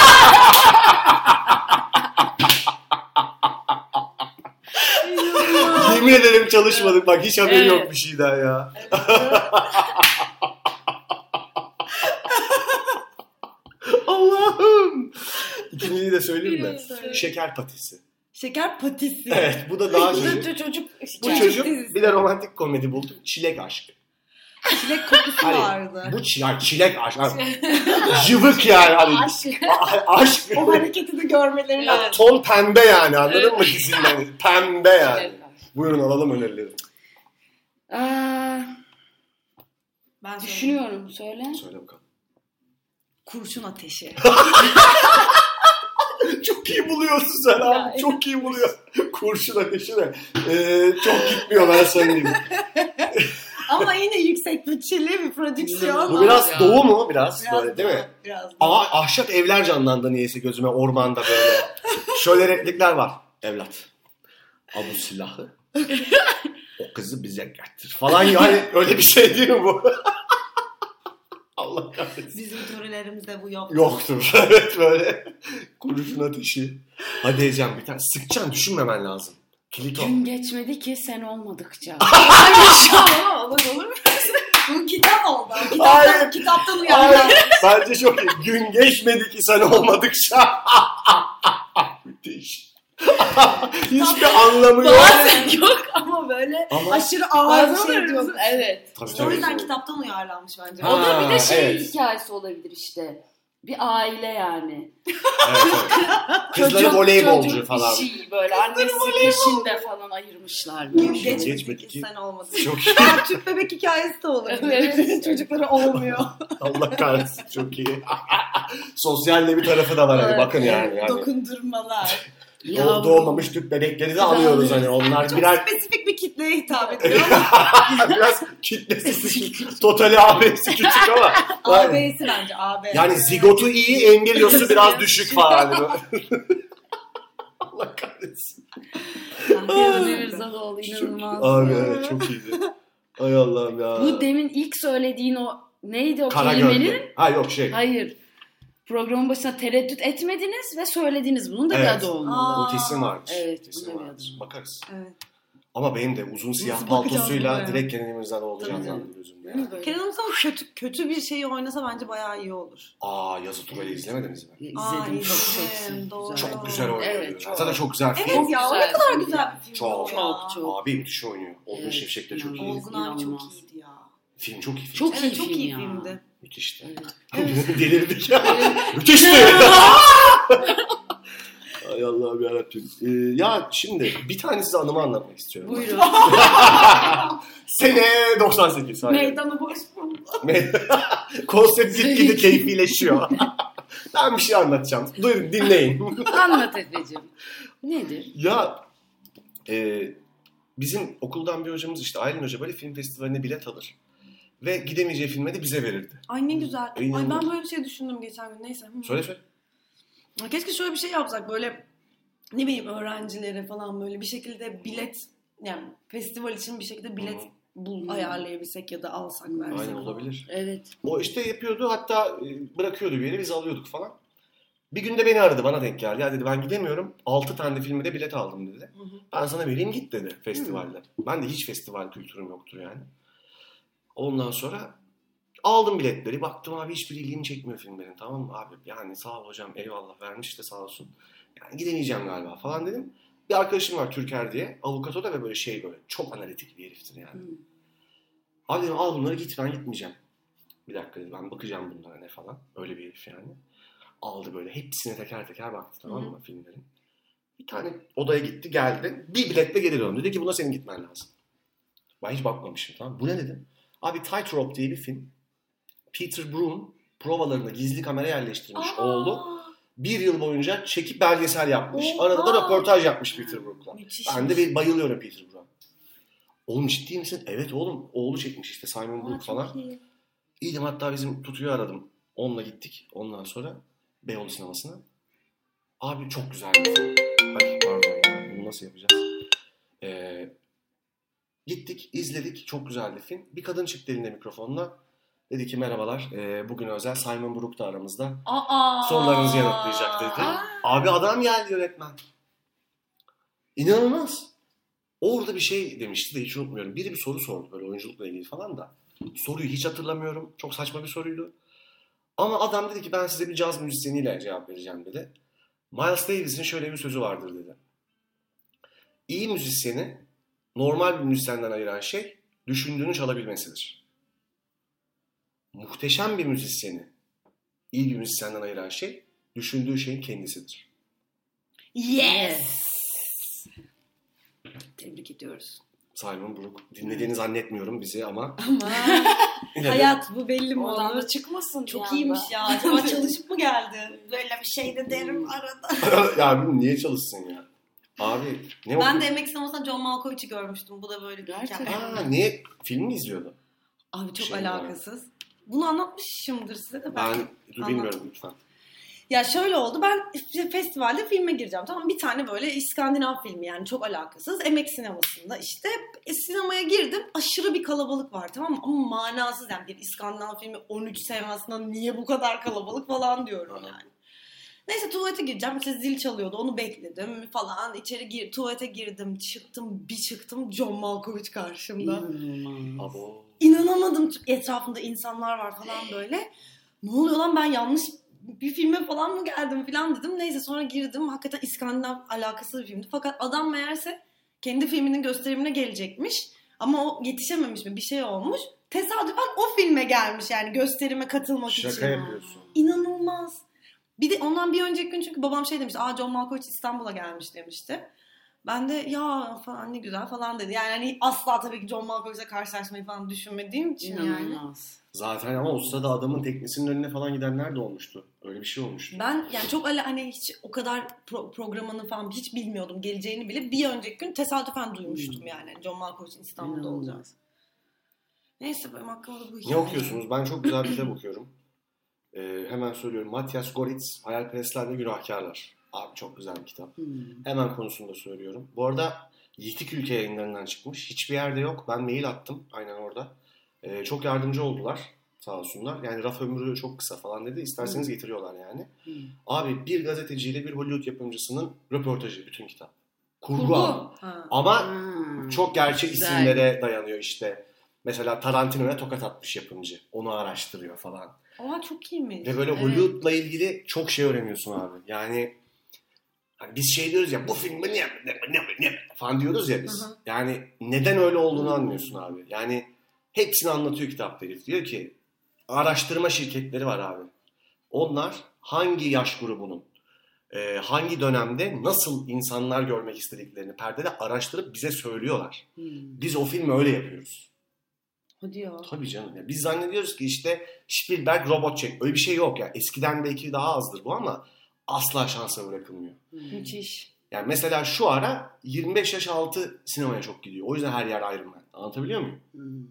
Yemin ederim çalışmadık. Bak hiç haberi Evet. yok bir şeyden ya. Allah'ım. İkinciyi de söyleyeyim mi? Söyle. Şeker patisi. Şeker patisi. Evet bu da daha Bu şey. da çocuk. Bu Çocuk çocuk dizisi. bir de romantik komedi buldu. Çilek aşk. Çilek kokusu Hani vardı. bu çi- ya çilek aşk. Hani cıvık yani. Hani, Aşk. a- aşk. O hareketi de görmeleri lazım. Ton pembe yani anladın mı dizinden? Pembe yani. Evet. Buyurun alalım önerileri. Aa, Ben düşünüyorum. düşünüyorum. Söyle. Söyle bakalım. Kurşun ateşi. Çok iyi buluyorsun sen abi. Ya, Çok iyi buluyor. kurşun ateşi de e, çok gitmiyor ben söyleyeyim. Ama yine yüksek bütçeli bir prodüksiyon. Bu biraz Ya. doğu mu biraz, Biraz böyle değil doğu, mi? Biraz doğu. Aa, ahşap evler canlandı niyeyse gözüme ormanda böyle. Şöyle replikler var. Evlat. Al bu silahı. O kızı bize getir falan yani öyle bir şey değil mi bu? Allah kahretsin. Bizim törelerimizde bu yok. Yoktur. Evet böyle. Kurşun ateşi. Hadi Ecem bir tane. Sıkacaksın düşünmemen lazım. Kilit o. Gün geçmedi ki sen olmadıkça. Ama olur olur mu? Bu kitap oldu. Kitaptan, Hayır. kitaptan uyandı. Hayır. Bence çok iyi. Gün geçmedi ki sen olmadıkça. Müthiş. Hiçbir anlamı yok. Bazen yok ama böyle Ama Aşırı ağır bir bazen şey şey diyor. Evet. tabii, İşte o tabii. yüzden kitaptan uyarlanmış bence. Ha. O da bir de şey evet. hikayesi olabilir işte. Bir aile yani. Evet, evet. Kızları Çocuk- voleybolcu çocuk falan. Bir şey böyle annesi peşinde falan ayırmışlar. Gün Böyle. Geçmedi geçmedi ki. ki sen olmadın. Çok iyi. Ya Türk bebek hikayesi de olur. Evet. Çocukları olmuyor. Allah kahretsin çok iyi. Sosyal de bir tarafı da var hani Evet. bakın yani. yani. Dokundurmalar. Doğ- doğmamış Türk bebekleri de alıyoruz hani onlar Çok birer spesifik bir kitleye hitap ediyor ama biraz kitlesi totali A B'si küçük ama A B'si bence A B. yani zigotu iyi embriyosu biraz düşük falan. Allah kahretsin. Demir Rızalıoğlu inanılmaz. Abi ya. evet çok iyiydi. Ay Allah'ım ya. Bu demin ilk söylediğin o neydi o Kara kelimenin? gölge. Ha yok şey. Hayır. Programın başına tereddüt etmediniz ve söylediniz. Bunun da Evet. bir adı olmalı. O kesin varmış. Evet, Kesin bunun da bir varmış. adı. Bakarız. Evet. Ama benim de uzun siyah Nasıl bakacağım paltosuyla buraya? direkt Kenan İmirzalıoğlu Tabii, canlandı tabii. gözümde. Değil mi böyle? Kenan İmirzalıoğlu kötü, kötü bir şeyi oynasa bence bayağı iyi olur. Aa Yazı Turay'ı izlemediniz mi? İzledim. Aa, çok çok izledim, güzel. doğru. Çok güzel oynuyor. Evet, çok. Zaten çok güzel film. Evet ya o ne güzel kadar film güzel ya. bir film Çok, o ya. Çok çok. Abi müthiş oynuyor. Olgun Evet, Şimşek de çok iyi. inanılmaz. Olgun abi çok İnanılmaz. iyiydi ya. Film çok iyi film. Çok Evet iyi çok film iyi ya. filmdi. Müthişti. Evet. Delirdik ya. Müthişti. Ay Allah'ım yarabbim. Ee, ya şimdi bir tane size anımı anlatmak istiyorum. Buyurun. Sene doksan sekiz. Aynen. Meydanı boş buldu. Konsept gitgide keyfileşiyor. Ben bir şey anlatacağım. Duyun dinleyin. Anlat Efe'cim. Nedir? Ya e, bizim okuldan bir hocamız işte Aylin Hoca böyle film festivaline bilet alır. Ve gidemeyeceği filme de bize verirdi. Ay ne güzel. Ay İnanılmaz. ben böyle bir şey düşündüm geçen gün. Neyse. Hı. Söyle söyle. Ya Keşke şöyle bir şey yapsak böyle ne bileyim öğrencilere falan böyle bir şekilde bilet yani festival için bir şekilde bilet Hı. bul Hı. ayarlayabilsek ya da alsak versek. Aynen falan. olabilir. Evet. O işte yapıyordu hatta e, bırakıyordu bir yere biz alıyorduk falan. Bir gün de beni aradı bana denk geldi. Ya dedi ben gidemiyorum. altı tane filme de bilet aldım dedi. Hı hı. Ben sana vereyim git dedi festivalde. Ben de hiç festival kültürüm yoktur yani. Ondan sonra aldım biletleri. Baktım abi hiçbir ilgimi çekmiyor filmlerin tamam mı abi? Yani sağ ol hocam eyvallah vermiş de sağ olsun. Yani gidemeyeceğim galiba falan dedim. Bir arkadaşım var Türker diye. Avukat o da ve böyle şey böyle çok analitik bir heriftir yani. Hı. Abi dedim al bunları git ben gitmeyeceğim. Bir dakika dedi ben bakacağım bunlara ne falan. Öyle bir herif yani. Aldı böyle hepsine teker teker baktı tamam mı filmlerin. Bir tane odaya gitti geldi. Bir biletle geri döndü. Dedi ki buna senin gitmen lazım. Ben hiç bakmamışım tamam. Bu ne dedim. Abi Tightrope diye bir film. Peter Broom provalarına gizli kamera yerleştirmiş Aa, oğlu. Bir yıl boyunca çekip belgesel yapmış. Oha. Arada da röportaj yapmış Peter Brook'la. müthiş. Ben de bir bayılıyorum Peter Brook'a. Oğlum ciddi misin? Evet oğlum. Oğlu çekmiş işte Simon Aa, Brook çok falan. iyi. İyiydim hatta bizim tutuyu aradım. Onunla gittik. Ondan sonra Beyoğlu sinemasına. Abi çok güzel bir film. Ay pardon ya. Bunu nasıl yapacağız? Ee, gittik, izledik. Çok güzel bir film. Bir kadın çıktı elinde mikrofonla. Dedi ki merhabalar. E, bugün özel Simon Brook da aramızda. Aa, Sorularınızı yanıtlayacak dedi. Aa. Abi adam geldi yönetmen. İnanılmaz. Orada bir şey demişti de hiç unutmuyorum. Biri bir soru sordu böyle oyunculukla ilgili falan da. Soruyu hiç hatırlamıyorum. Çok saçma bir soruydu. Ama adam dedi ki ben size bir caz müzisyeniyle cevap vereceğim dedi. Miles Davis'in şöyle bir sözü vardır dedi. İyi müzisyeni normal bir müzisyenden ayıran şey düşündüğünü çalabilmesidir. Muhteşem bir müzisyeni iyi bir müzisyenden ayıran şey düşündüğü şeyin kendisidir. Yes. Tebrik ediyoruz. Simon Brook. Dinlediğini zannetmiyorum bizi ama. Ama Yine de- hayat bu belli mi Oradan olur? da çıkmasın. Çok bir anda. iyiymiş ya. Acaba çalışıp mı geldi? Böyle bir şey de derim arada. ya bilmiyorum, niye çalışsın ya? Abi ne Ben okuyorsun? de Emek Sineması'nda John Malkovich'i görmüştüm. Bu da böyle bir Gerçekten. hikaye. Aa, niye? Film mi izliyordu? Abi çok Şey alakasız. Bunu anlatmışımdır size de. Ben belki. dur, Anlat. bilmiyorum lütfen. Ya şöyle oldu. Ben işte festivalde filme gireceğim. Tamam, bir tane böyle İskandinav filmi, yani çok alakasız. Emek Sineması'nda işte e, sinemaya girdim. Aşırı bir kalabalık var, tamam mı? Ama manasız, yani bir İskandinav filmi on üç seansında niye bu kadar kalabalık falan diyorum yani. Neyse tuvalete gireceğim. İşte zil çalıyordu. Onu bekledim falan. İçeri gir, tuvalete girdim. Çıktım. Bir çıktım. John Malkovich karşımda. İnanılmaz. Abo. İnanamadım. Etrafında insanlar var falan böyle. Ne oluyor lan, ben yanlış bir filme falan mı geldim falan dedim. Neyse sonra girdim. Hakikaten İskandinav alakasız bir filmdi. Fakat adam meğerse kendi filminin gösterimine gelecekmiş. Ama o yetişememiş mi? Bir şey olmuş. Tesadüfen o filme gelmiş, yani gösterime katılmak için. Şaka yapıyorsun. İnanılmaz. Bir de ondan bir önceki gün çünkü babam şey demişti. Aa, John Malkovich İstanbul'a gelmiş demişti. Ben de ya falan ne güzel falan dedi. Yani hani asla tabii ki John Malkovich'le karşılaşmayı falan düşünmediğim için yani. İnanılmaz. Zaten ama o sırada adamın teknesinin önüne falan gidenler de olmuştu. Öyle bir şey olmuştu. Ben yani çok ala- hani hiç o kadar pro- programını falan hiç bilmiyordum, geleceğini bile. Bir önceki gün tesadüfen duymuştum yani. John Malkovich'in İstanbul'da İnanılmaz. olacağını. Neyse benim hakkımda bu Ne hikaye. okuyorsunuz? Ben çok güzel bir kitap okuyorum. Ee, hemen söylüyorum. Matthias Goritz, Hayalperestler ve Günahkarlar. Abi çok güzel bir kitap. Hmm. Hemen konusunu da söylüyorum. Bu arada Yiğitik Ülke yayınlarından çıkmış. Hiçbir yerde yok. Ben mail attım aynen orada. Ee, çok yardımcı oldular. Sağ olsunlar. Yani raf ömrü çok kısa falan dedi. İsterseniz Hmm. getiriyorlar yani. Hmm. Abi bir gazeteciyle bir Hollywood yapımcısının röportajı bütün kitap. Kurgu, Kurgu. ama. Ha. Ama Hmm. çok gerçek Güzel. isimlere dayanıyor işte. Mesela Tarantino'ya tokat atmış yapımcı. Onu araştırıyor falan. Aa, çok iyiymiş. Ve böyle Evet. Hollywood'la ilgili çok şey öğreniyorsun abi. Yani hani biz şey diyoruz ya, bu filmi niye ne, ne, ne falan diyoruz ya biz. Hı hı. Yani neden öyle olduğunu Hı. anlıyorsun abi. Yani hepsini anlatıyor kitapta herif. Diyor ki araştırma şirketleri var abi. Onlar hangi yaş grubunun e, hangi dönemde nasıl insanlar görmek istediklerini perdede araştırıp bize söylüyorlar. Hmm. Biz o filmi öyle yapıyoruz. Hadi ya. Tabii canım. Ya biz zannediyoruz ki işte Spielberg robot çek. Öyle bir şey yok ya. Eskiden belki daha azdır bu ama asla şansa bırakılmıyor. Hmm. Müthiş. Yani mesela şu ara yirmi beş yaş altı sinemaya çok gidiyor. O yüzden her yer Iron Man. Anlatabiliyor muyum? Hmm.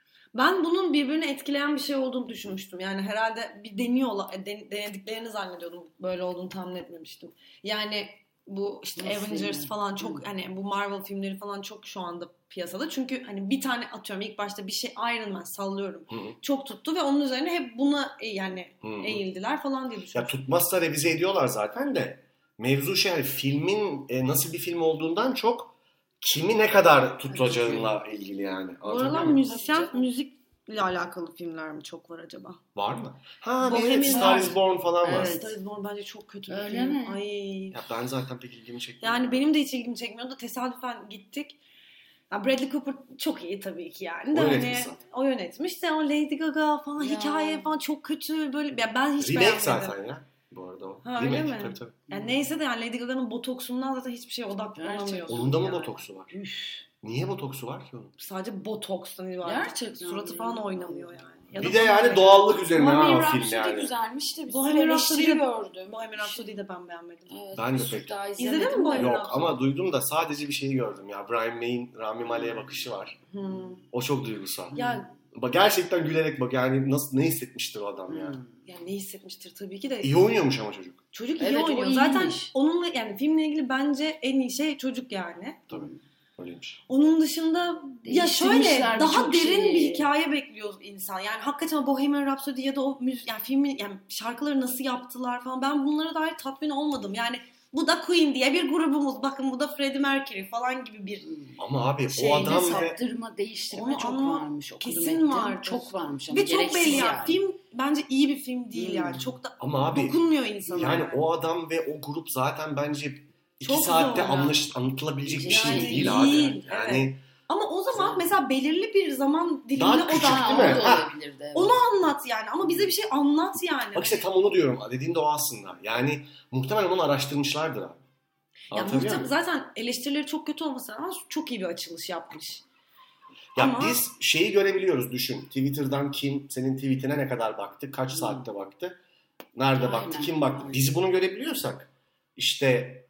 Ben bunun birbirini etkileyen bir şey olduğunu düşünmüştüm. Yani herhalde bir deniyorlar, e, den- denediklerini zannediyordum. Böyle olduğunu tahmin etmemiştim. Yani bu işte Nasıl Avengers yani? falan çok Hı. hani bu Marvel filmleri falan çok şu anda piyasada. Çünkü hani bir tane atıyorum ilk başta bir şey, Iron Man sallıyorum. Hı hı. Çok tuttu ve onun üzerine hep buna e, yani Hı hı. eğildiler falan diye Ya düşünmüştüm. tutmazsa revize ediyorlar zaten de. Mevzu şey, yani filmin e, nasıl bir film olduğundan çok kimi ne kadar tutacağınla ilgili yani. Bu Anlatabiliyor aralar muyum? müzisyen, müzikle alakalı filmler mi çok var acaba? Var mı? Ha Bohemian evet, Star is var. Born falan var. Evet. Star is Born bence çok kötü bir Öyle film. mi? Ay. Ya ben zaten pek ilgimi çekmiyor. Yani benim de hiç ilgimi çekmiyordu. Tesadüfen gittik. Ya Bradley Cooper çok iyi tabii ki yani. De O hani, yönetmiş zaten. o yönetmiş de o Lady Gaga falan Ya. hikaye falan çok kötü böyle. Ya ben hiç Remake beğenmedim. zaten ya. Bu arada o. Ha, öyle Remake mi? tabii tabii. Yani neyse de yani Lady Gaga'nın botoksundan zaten hiçbir şeye odaklanamıyorsun. Gerçekten. Onun da mı yani. botoksu var? Üf. Niye botoksu var ki onun? Sadece botokstan ibaret. Gerçekten Suratı mi? falan oynamıyor yani. Ya da Bir de bana yani öyle. doğallık üzerine Bohemian ha film Rhapsody yani. güzelmiş de bir Bohemian sürü eleştiri Rhapsody- gördüm. Bohemian Rhapsody'yi de ben beğenmedim. Evet, Ben de bir sürü pek. daha İzledin mi izlemedim de. Bohemian Yok Rhapsody? ama duydum da sadece bir şeyi gördüm ya. Brian May'in Rami Malek'e bakışı var. Hmm. O çok duygusal. Ya, Bak gerçekten gülerek bak yani nasıl, ne hissetmiştir o adam ya. Hmm. ya ne hissetmiştir tabii ki de. İyi oynuyormuş ama çocuk. Çocuk iyi Evet, o oynuyor. iyiymiş. Zaten onunla yani filmle ilgili bence en iyi şey çocuk yani. Tabii. Öyleymiş. Onun dışında ya şöyle Değiştirmişler daha birçok derin şeyi. bir hikaye bekliyor insan. Yani hakikaten o Bohemian Rhapsody ya da o müzik yani filmin yani şarkıları nasıl yaptılar falan, ben bunlara dair tatmin olmadım. Yani bu da Queen diye bir grubumuz. Bakın bu da Freddie Mercury falan gibi bir Ama abi Şeyde o adam ve saptırma, değiştirme Onu çok ama varmış. Okudum kesin ettim. vardır. Çok varmış ama ve çok gereksiz belli yani. yani. Film bence iyi bir film değil Hmm. yani. Çok da ama abi dokunmuyor insana. yani o adam ve o grup zaten bence iki Çok saatte zor. anlaş, anlatılabilecek bir şey Yani değil, değil, abi. Yani Ama o zaman mesela belirli bir zaman Daha diliminde o küçük da değil mi? Ha, o da Ha. olabilirdi. Evet. onu anlat yani. Ama bize bir şey anlat yani. bak işte tam onu diyorum. Dediğin de o aslında. Yani muhtemelen onu araştırmışlardır abi. Ya Anlatabiliyor muhtem- muyum? zaten eleştirileri çok kötü olmasına rağmen çok iyi bir açılış yapmış. Ya Ama- biz şeyi görebiliyoruz, düşün. Twitter'dan kim senin tweetine ne kadar baktı, kaç Hmm. saatte baktı, nerede Aynen, baktı, kim baktı. aynen. Biz bunu görebiliyorsak işte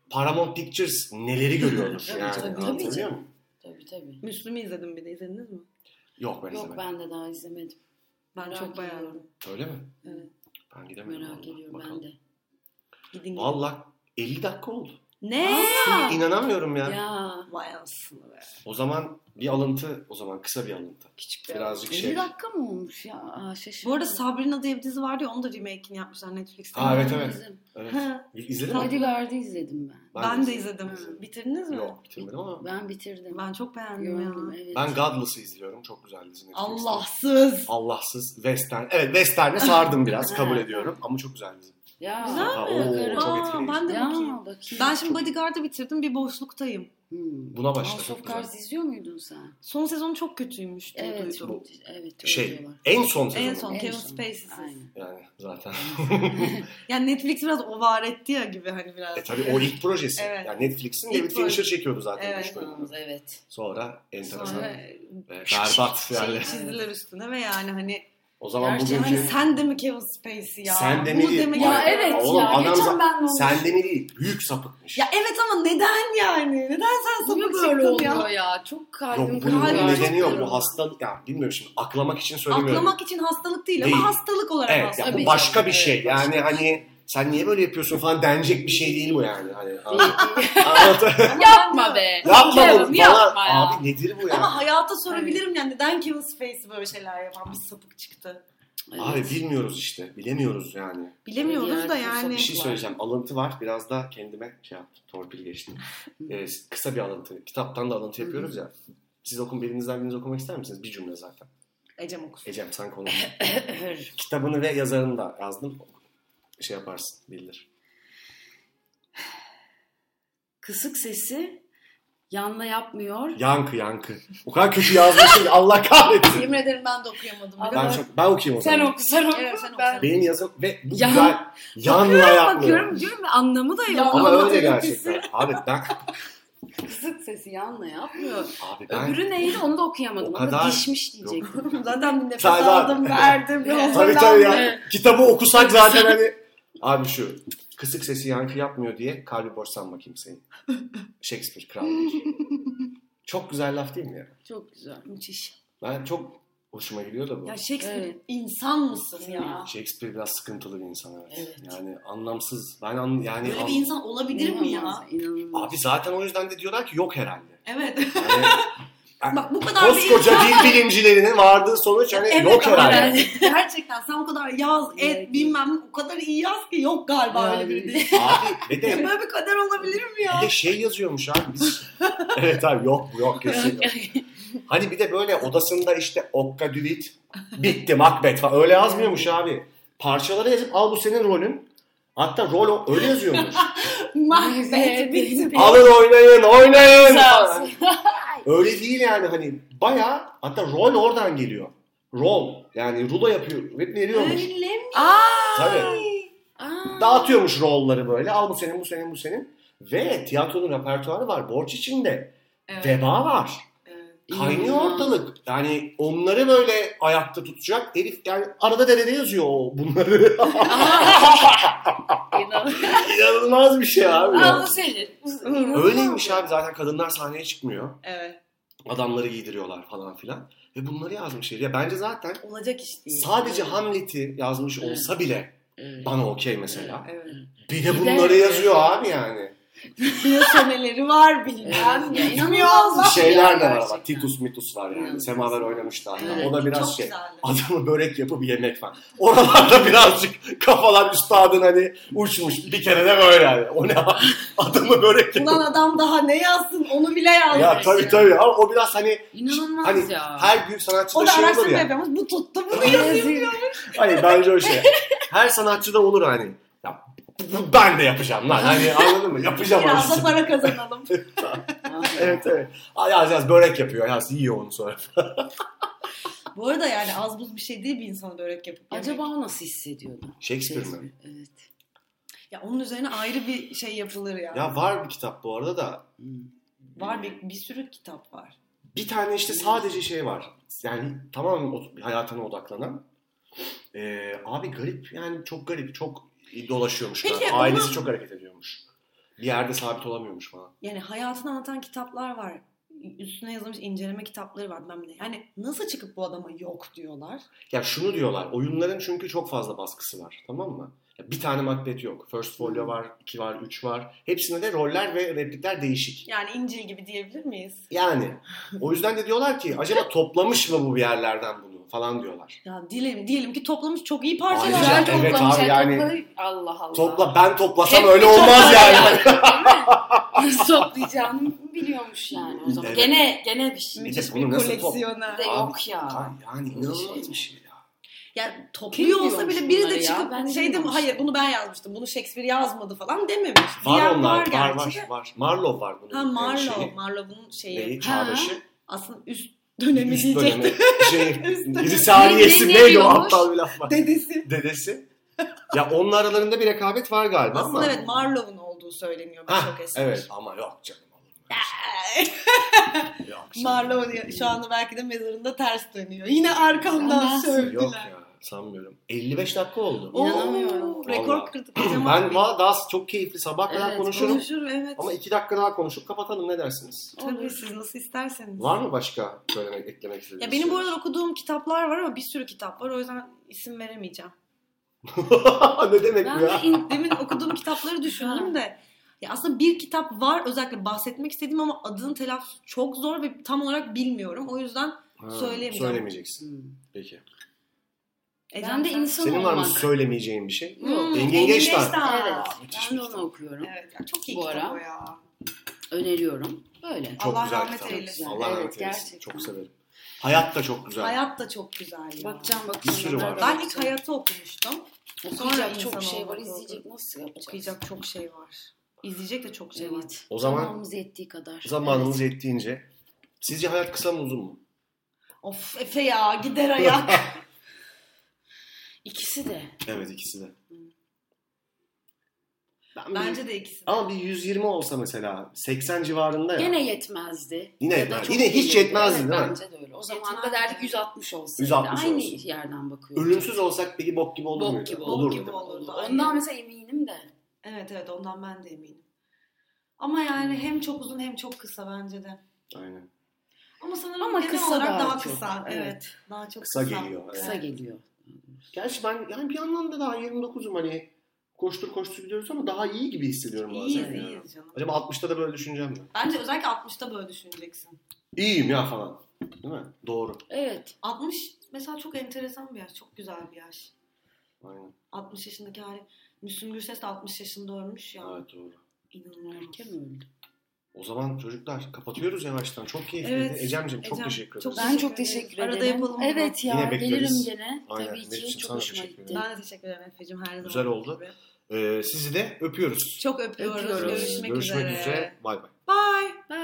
Paramount Pictures neleri görüyordur yani. Tabii, tabii, Anlatabiliyor tabii. muyum? Tabii tabii. Müslüm'ü izledim bir de. İzlediniz mi? Yok ben Yok izlemedim. ben de daha izlemedim. Ben Merak çok beğendim. ediyorum. Öyle mi? Evet. Ben gidemedim. Merak vallahi. ediyorum Bakalım. ben de. Gidin. Vallahi elli dakika oldu. Ne? İnanamıyorum ya. Ya. Vay anasını be. O zaman bir alıntı, o zaman kısa bir alıntı. Küçük bir Birazcık elli şey. dakika mı olmuş ya? Aa, şaşırdım. Bu arada Sabrina diye bir dizi vardı ya, onu da remake'ini yapmışlar Netflix'te. Aa, evet, evet. Bizim Evet. Ha, İzledin mi? Bodyguard'ı izledim ben. ben, de de izledim. izledim. Bitirdiniz mi? Yok bitirmedim ama. Ben bitirdim. Ben çok beğendim Gördüm, ya. evet. Ben Godless'ı izliyorum. Çok güzel dizi Netflix'te. Allahsız. Allahsız. Western. Evet, Western'e sardım biraz. Kabul ediyorum. Ama çok güzel dizi. Ya. Güzel Ha, mi? oo, çok Aa, etkileyici. ben de Ya bakayım. bakayım. Ben şimdi Bodyguard'ı bitirdim, bir boşluktayım. Hmm. Buna başla, House çok of güzel. Cards izliyor muydun sen? Son sezonu çok kötüymüş diye Evet. duydum. bu- Evet. öyle Şey, diyorlar. en son sezonu. En son En Kevin son. Spacey'siz. Aynen. Yani zaten. Yani Netflix biraz o var etti ya gibi hani biraz. e tabii o ilk projesi. Evet. Yani Netflix'in İlk David Fincher proje. çekiyordu zaten. Evet. üç bölümü. Evet. Sonra enteresan. Sonra ve berbat yani. şey çizdiler üstüne ve yani hani O zaman Gerçekten bugünkü... hani sen de mi Kevin Spacey ya? Sen de Bunu mi değil? demek Ya Vay be. evet Oğlum, ya. adam Geçen za- ben ne olmuş? Sen de mi değil? Büyük sapıkmış. Ya evet ama neden yani? Neden sen Niye sapık böyle çıktın oluyor ya? ya? Çok kalbim Yok kırılıyor. bunun kalbim bir çok nedeni yok. kırılıyor. Bu hastalık. Ya bilmiyorum şimdi aklamak için söylemiyorum. Aklamak için hastalık değil, Değil. ama hastalık olarak Evet hastalık. ya, Tabii bu başka canım, bir şey. evet, başka yani hani sen niye böyle yapıyorsun falan denecek bir şey değil bu yani. Hani, Değil, değil. anlat- Yapma be. Yapma Kevin, bunu yapma falan. ya. Abi nedir bu ya? Ama hayata sorabilirim yani neden Kevin Spacey böyle şeyler yapan bir sapık çıktı? Abi Evet. bilmiyoruz işte. Bilemiyoruz yani. Bilemiyoruz Diğer da tür yani. Bir şey Var. söyleyeceğim. Alıntı var. Biraz da kendime şey yaptım. Torpil geçtim. Ee, kısa bir alıntı. Kitaptan da alıntı yapıyoruz ya. Siz okun, birinizden biriniz okumak ister misiniz? Bir cümle zaten. Ecem okusun. Ecem sen konuş. Kitabını ve yazarını da yazdım. Şey yaparsın, bildir. Kısık sesi yanla yapmıyor. Yankı yankı. O kadar kötü yazmışım ki Allah kahretsin. Yemin ederim ben de okuyamadım. Abi Ben, ben- çok, ben okuyayım o Sen zaman. oku sen oku. Evet, sen oku, Ben sen Benim yazım ve bu Yan- güzel yanla yapmıyor. bakıyorum diyorum ya, anlamı da yok. Ama Anlamı öyle da yok. gerçekten. Abi ben Kısık sesi yanla yapmıyor. abi ben Öbürü neydi onu da okuyamadım. O Ama kadar- dişmiş diyecektim. Zaten bir nefes Sen- aldım, verdim. Evet. tabii tabii ya. Evet. Kitabı okusak zaten hani abi şu kısık sesi yankı yapmıyor diye kalbi boş sanma kimseyi. Shakespeare kral. Çok güzel laf değil mi ya? Çok güzel. Müthiş. Ben çok hoşuma gidiyor da bu. Ya Shakespeare Evet. insan mısın ya? Shakespeare biraz sıkıntılı bir insan evet. Evet. Yani anlamsız. Ben an, yani Böyle an- bir insan olabilir mi ya? İnanılmaz, inanılmaz. abi zaten o yüzden de diyorlar ki yok herhalde. Evet. Yani, Bak bu kadar koskoca bir insan. dil bilimcilerinin vardığı sonuç hani Evet, yok ama herhalde. yani gerçekten sen o kadar yaz, et, Evet. bilmem ne, o kadar iyi yaz ki yok galiba Yani. öyle biri değil. Abi ve de, Böyle bir kader olabilir mi ya? bir de şey yazıyormuş abi biz. Evet abi yok bu yok kesin. yok. Hani bir de böyle odasında işte Okka Düvit bitti Macbeth falan öyle yazmıyormuş abi. Parçaları yazıp al bu senin rolün. Hatta rol o- öyle yazıyormuş. Mahvet bitti. Alın oynayın oynayın falan. Öyle değil yani hani baya hatta rol oradan geliyor. Rol yani rulo yapıyor ve veriyormuş. Öyle mi? Aa, Tabii. aa. Dağıtıyormuş rolları böyle. Al bu senin bu senin bu senin. Ve tiyatronun repertuarı var. Borç içinde. Evet. Veba var. Evet. Kaynıyor İnanılmaz. ortalık. Yani onları böyle ayakta tutacak herif yani arada derede yazıyor o bunları. İnanılmaz. İnanılmaz bir şey abi. ya. Al bu senin. Öyleymiş abi zaten kadınlar sahneye çıkmıyor. Evet. Adamları giydiriyorlar falan filan. Ve bunları yazmış herif. Ya bence zaten Olacak iş değil. sadece Hamlet'i yazmış Evet. olsa bile Evet. bana okey mesela. Evet. Bir de Bir de- bunları yazıyor abi yani. Biyoseneleri var bilmem. Ya, inanılmaz. Allah. Şeyler de var Gerçekten. ama. Titus mitus var yani. İnanılmaz. Semaver oynamıştı hatta. Evet. O da biraz Çok şey. güzeldi. Adamı börek yapıp yemek falan. Oralarda birazcık kafalar üstadın hani uçmuş. Bir kere de böyle yani. O ne abi? Adamı börek yapıp. Ulan adam daha ne yazsın onu bile yazmış. Ya tabii tabii ama o biraz hani İnanılmaz hani ya. her büyük sanatçıda O da şey olur araştırma ya. yapıyormuş. Bu tuttu bunu yazıyor. Hani bence o şey. Her sanatçıda olur hani. Ya bu ben de yapacağım lan. Hani anladın mı? Yapacağım Biraz da aslında. para kazanalım. Evet evet. Aa, Yaz yaz börek yapıyor. Yaz yiyor onu sonra. Bu arada yani az buz bir şey değil bir insana börek yapıp yemek. Acaba o nasıl hissediyordu? Shakespeare mi? Evet. Ya onun üzerine ayrı bir şey yapılır ya. Ya var bir kitap bu arada da. Hmm. Var bir, bir sürü kitap var. Bir tane işte sadece şey var. Yani tamamen o- hayatına odaklanan. Ee, abi garip yani çok garip. Çok dolaşıyormuş. Peki, galiba. Ailesi onu- çok hareket ediyormuş. Bir yerde sabit olamıyormuş falan. Yani hayatını anlatan kitaplar var. Üstüne yazılmış inceleme kitapları var. Ben de. Yani nasıl çıkıp bu adama yok diyorlar? Ya şunu diyorlar. Oyunların çünkü çok fazla baskısı var. Tamam mı? Ya bir tane Macbeth yok. First Folio var, iki var, üç var. Hepsinde de roller ve replikler değişik. Yani İncil gibi diyebilir miyiz? Yani. O yüzden de diyorlar ki acaba toplamış mı bu bir yerlerden bunu falan diyorlar. Ya diyelim, diyelim ki toplamış çok iyi parçalar. Ayrıca- Güzel evet toplamış. abi, yani- toplayıp- Allah Allah. Topla ben toplasam Hep öyle bir olmaz toplar yani. Nasıl toplayacağını biliyormuş yani o zaman. Evet. Gene gene bir şey. Müthiş bunu bir nasıl top- koleksiyona. De Abi, yok ya. Ay, yani inanılmaz bir şey ya. Yani topluyor Kim olsa diyormuş bile biri bunları de ya? çıkıp Ben şey değil mi? bilmiyorum. Hayır bunu ben yazmıştım. Bunu Shakespeare yazmadı falan dememiş. Var Diyen onlar, var gerçi var, de. var. Marlowe var bunun. Ha yani Marlowe. şeyi, Marlowe'un şeyi. neyi, çağdaşı. Aslında üst dönemi Üst diyecektim. dönemi. Şey, Üst dönemi. Risaliyesi Ne- ne neydi o diyormuş? aptal bir laf var. Dedesi. Dedesi. Ya onun aralarında bir rekabet var galiba Aslında ama. evet Marlowe'un olduğu söyleniyor Hah, birçok eser. evet ama yok canım. olur mu? Yok canım. Marlowe diye- şu anda belki de mezarında ters dönüyor. Yine arkamdan Ama- sövdüler. Yok ya sanmıyorum. elli beş dakika oldu. Oo, İnanamıyorum. rekor Vallahi. kırdık. Ben valla daha çok keyifli sabah kadar Evet, konuşurum. Konuşur evet. Ama iki dakika daha konuşup kapatalım ne dersiniz? Tabii siz nasıl isterseniz. Var mı başka söylemek, eklemek istediğiniz Ya benim bu şeyler? aralar okuduğum kitaplar var ama bir sürü kitap var. O yüzden isim veremeyeceğim. Ne demek Ben bu ya? de in- Demin okuduğum kitapları düşündüm de. Ya aslında bir kitap var özellikle bahsetmek istediğim ama adının telaffuzu çok zor ve tam olarak bilmiyorum. O yüzden Ha, söyleyemeyeceğim. Söylemeyeceksin. Hmm. Peki. Ecem, Ben de sen- insan Senin var mı olmak. söylemeyeceğin bir şey? Hmm, Yok. Engin Geçtan. Evet. müthiş Ben bir de onu kitap. okuyorum. Evet ya çok iyi Bu kitap ara. o ya. Öneriyorum. Böyle. Çok Allah güzel rahmet kitap. eylesin. Allah Evet, rahmet eylesin. gerçekten. Çok severim. Hayat da çok güzel. Hayat da çok güzel ya. Bakacağım Bir bakacağım. sürü var. Ben ilk hayatı okumuştum. Okuyacak Sonra çok insan şey var. olmak İzleyecek oldu. nasıl yapacağız? Okuyacak çok şey var. İzleyecek de çok şey var. Evet. O zaman- Zamanımız yettiği kadar. Zamanımız Evet. yettiğince. Sizce hayat kısa mı uzun mu? Of Efe ya gider ayak. İkisi de. Evet ikisi de. Ben bir- Bence de ikisi. Ama bir yüz yirmi olsa mesela seksen civarında ya. Gene yetmezdi. Yine Ya da yetmez. çok Yine hiç gelirdi. yetmezdi Evet, değil mi? Bence de öyle. O zaman Yetmezdi. da derdik yüz altmış olsaydı. yüz altmış Aynı olsun. yerden bakıyoruz. Ölümsüz olsak peki bok gibi olur Bok muydu? gibi Bok Olurdu gibi değil mi? olurdu. Ondan mesela eminim de. Evet evet ondan ben de eminim. Ama yani hem çok uzun hem çok kısa bence de. Aynen. Ama sanırım Ama genel kısa olarak daha daha çok. kısa. Evet. Evet. Daha çok Kısa kısa. geliyor. Kısa Evet. geliyor. Gerçi ben yani bir yandan da daha yirmi dokuzum hani koştur koştur gidiyoruz ama daha iyi gibi hissediyorum bazen. İyiyiz ya. iyiyiz canım. Acaba altmışta da böyle düşüneceğim mi? Bence özellikle altmışta böyle düşüneceksin. İyiyim ya falan. Değil mi? Doğru. Evet. altmış mesela çok enteresan bir yaş. Çok güzel bir yaş. Aynen. altmış yaşındaki hali. Müslüm Gürses de altmış yaşında ölmüş ya. Evet doğru. İnanılmaz. Erken öldü. O zaman çocuklar kapatıyoruz yavaştan. Çok keyifliydi. Evet. Ecem'ciğim çok Ecem, teşekkür çok ederiz. Ben Teşekkür çok teşekkür ederiz. ederim. Arada yapalım bunu. Evet ya Yine bekleriz. gelirim gene. Aynen. Tabii ki Meriç'im, çok sana hoşuma teşekkür gitti. ederim. Ben de teşekkür ederim Efe'cim her zaman. Güzel oldu. gibi. Ee, sizi de öpüyoruz. Çok öpüyoruz. Öpüyoruz. Görüşmek, Görüşmek üzere. üzere. Bay bay. Bye. Bye.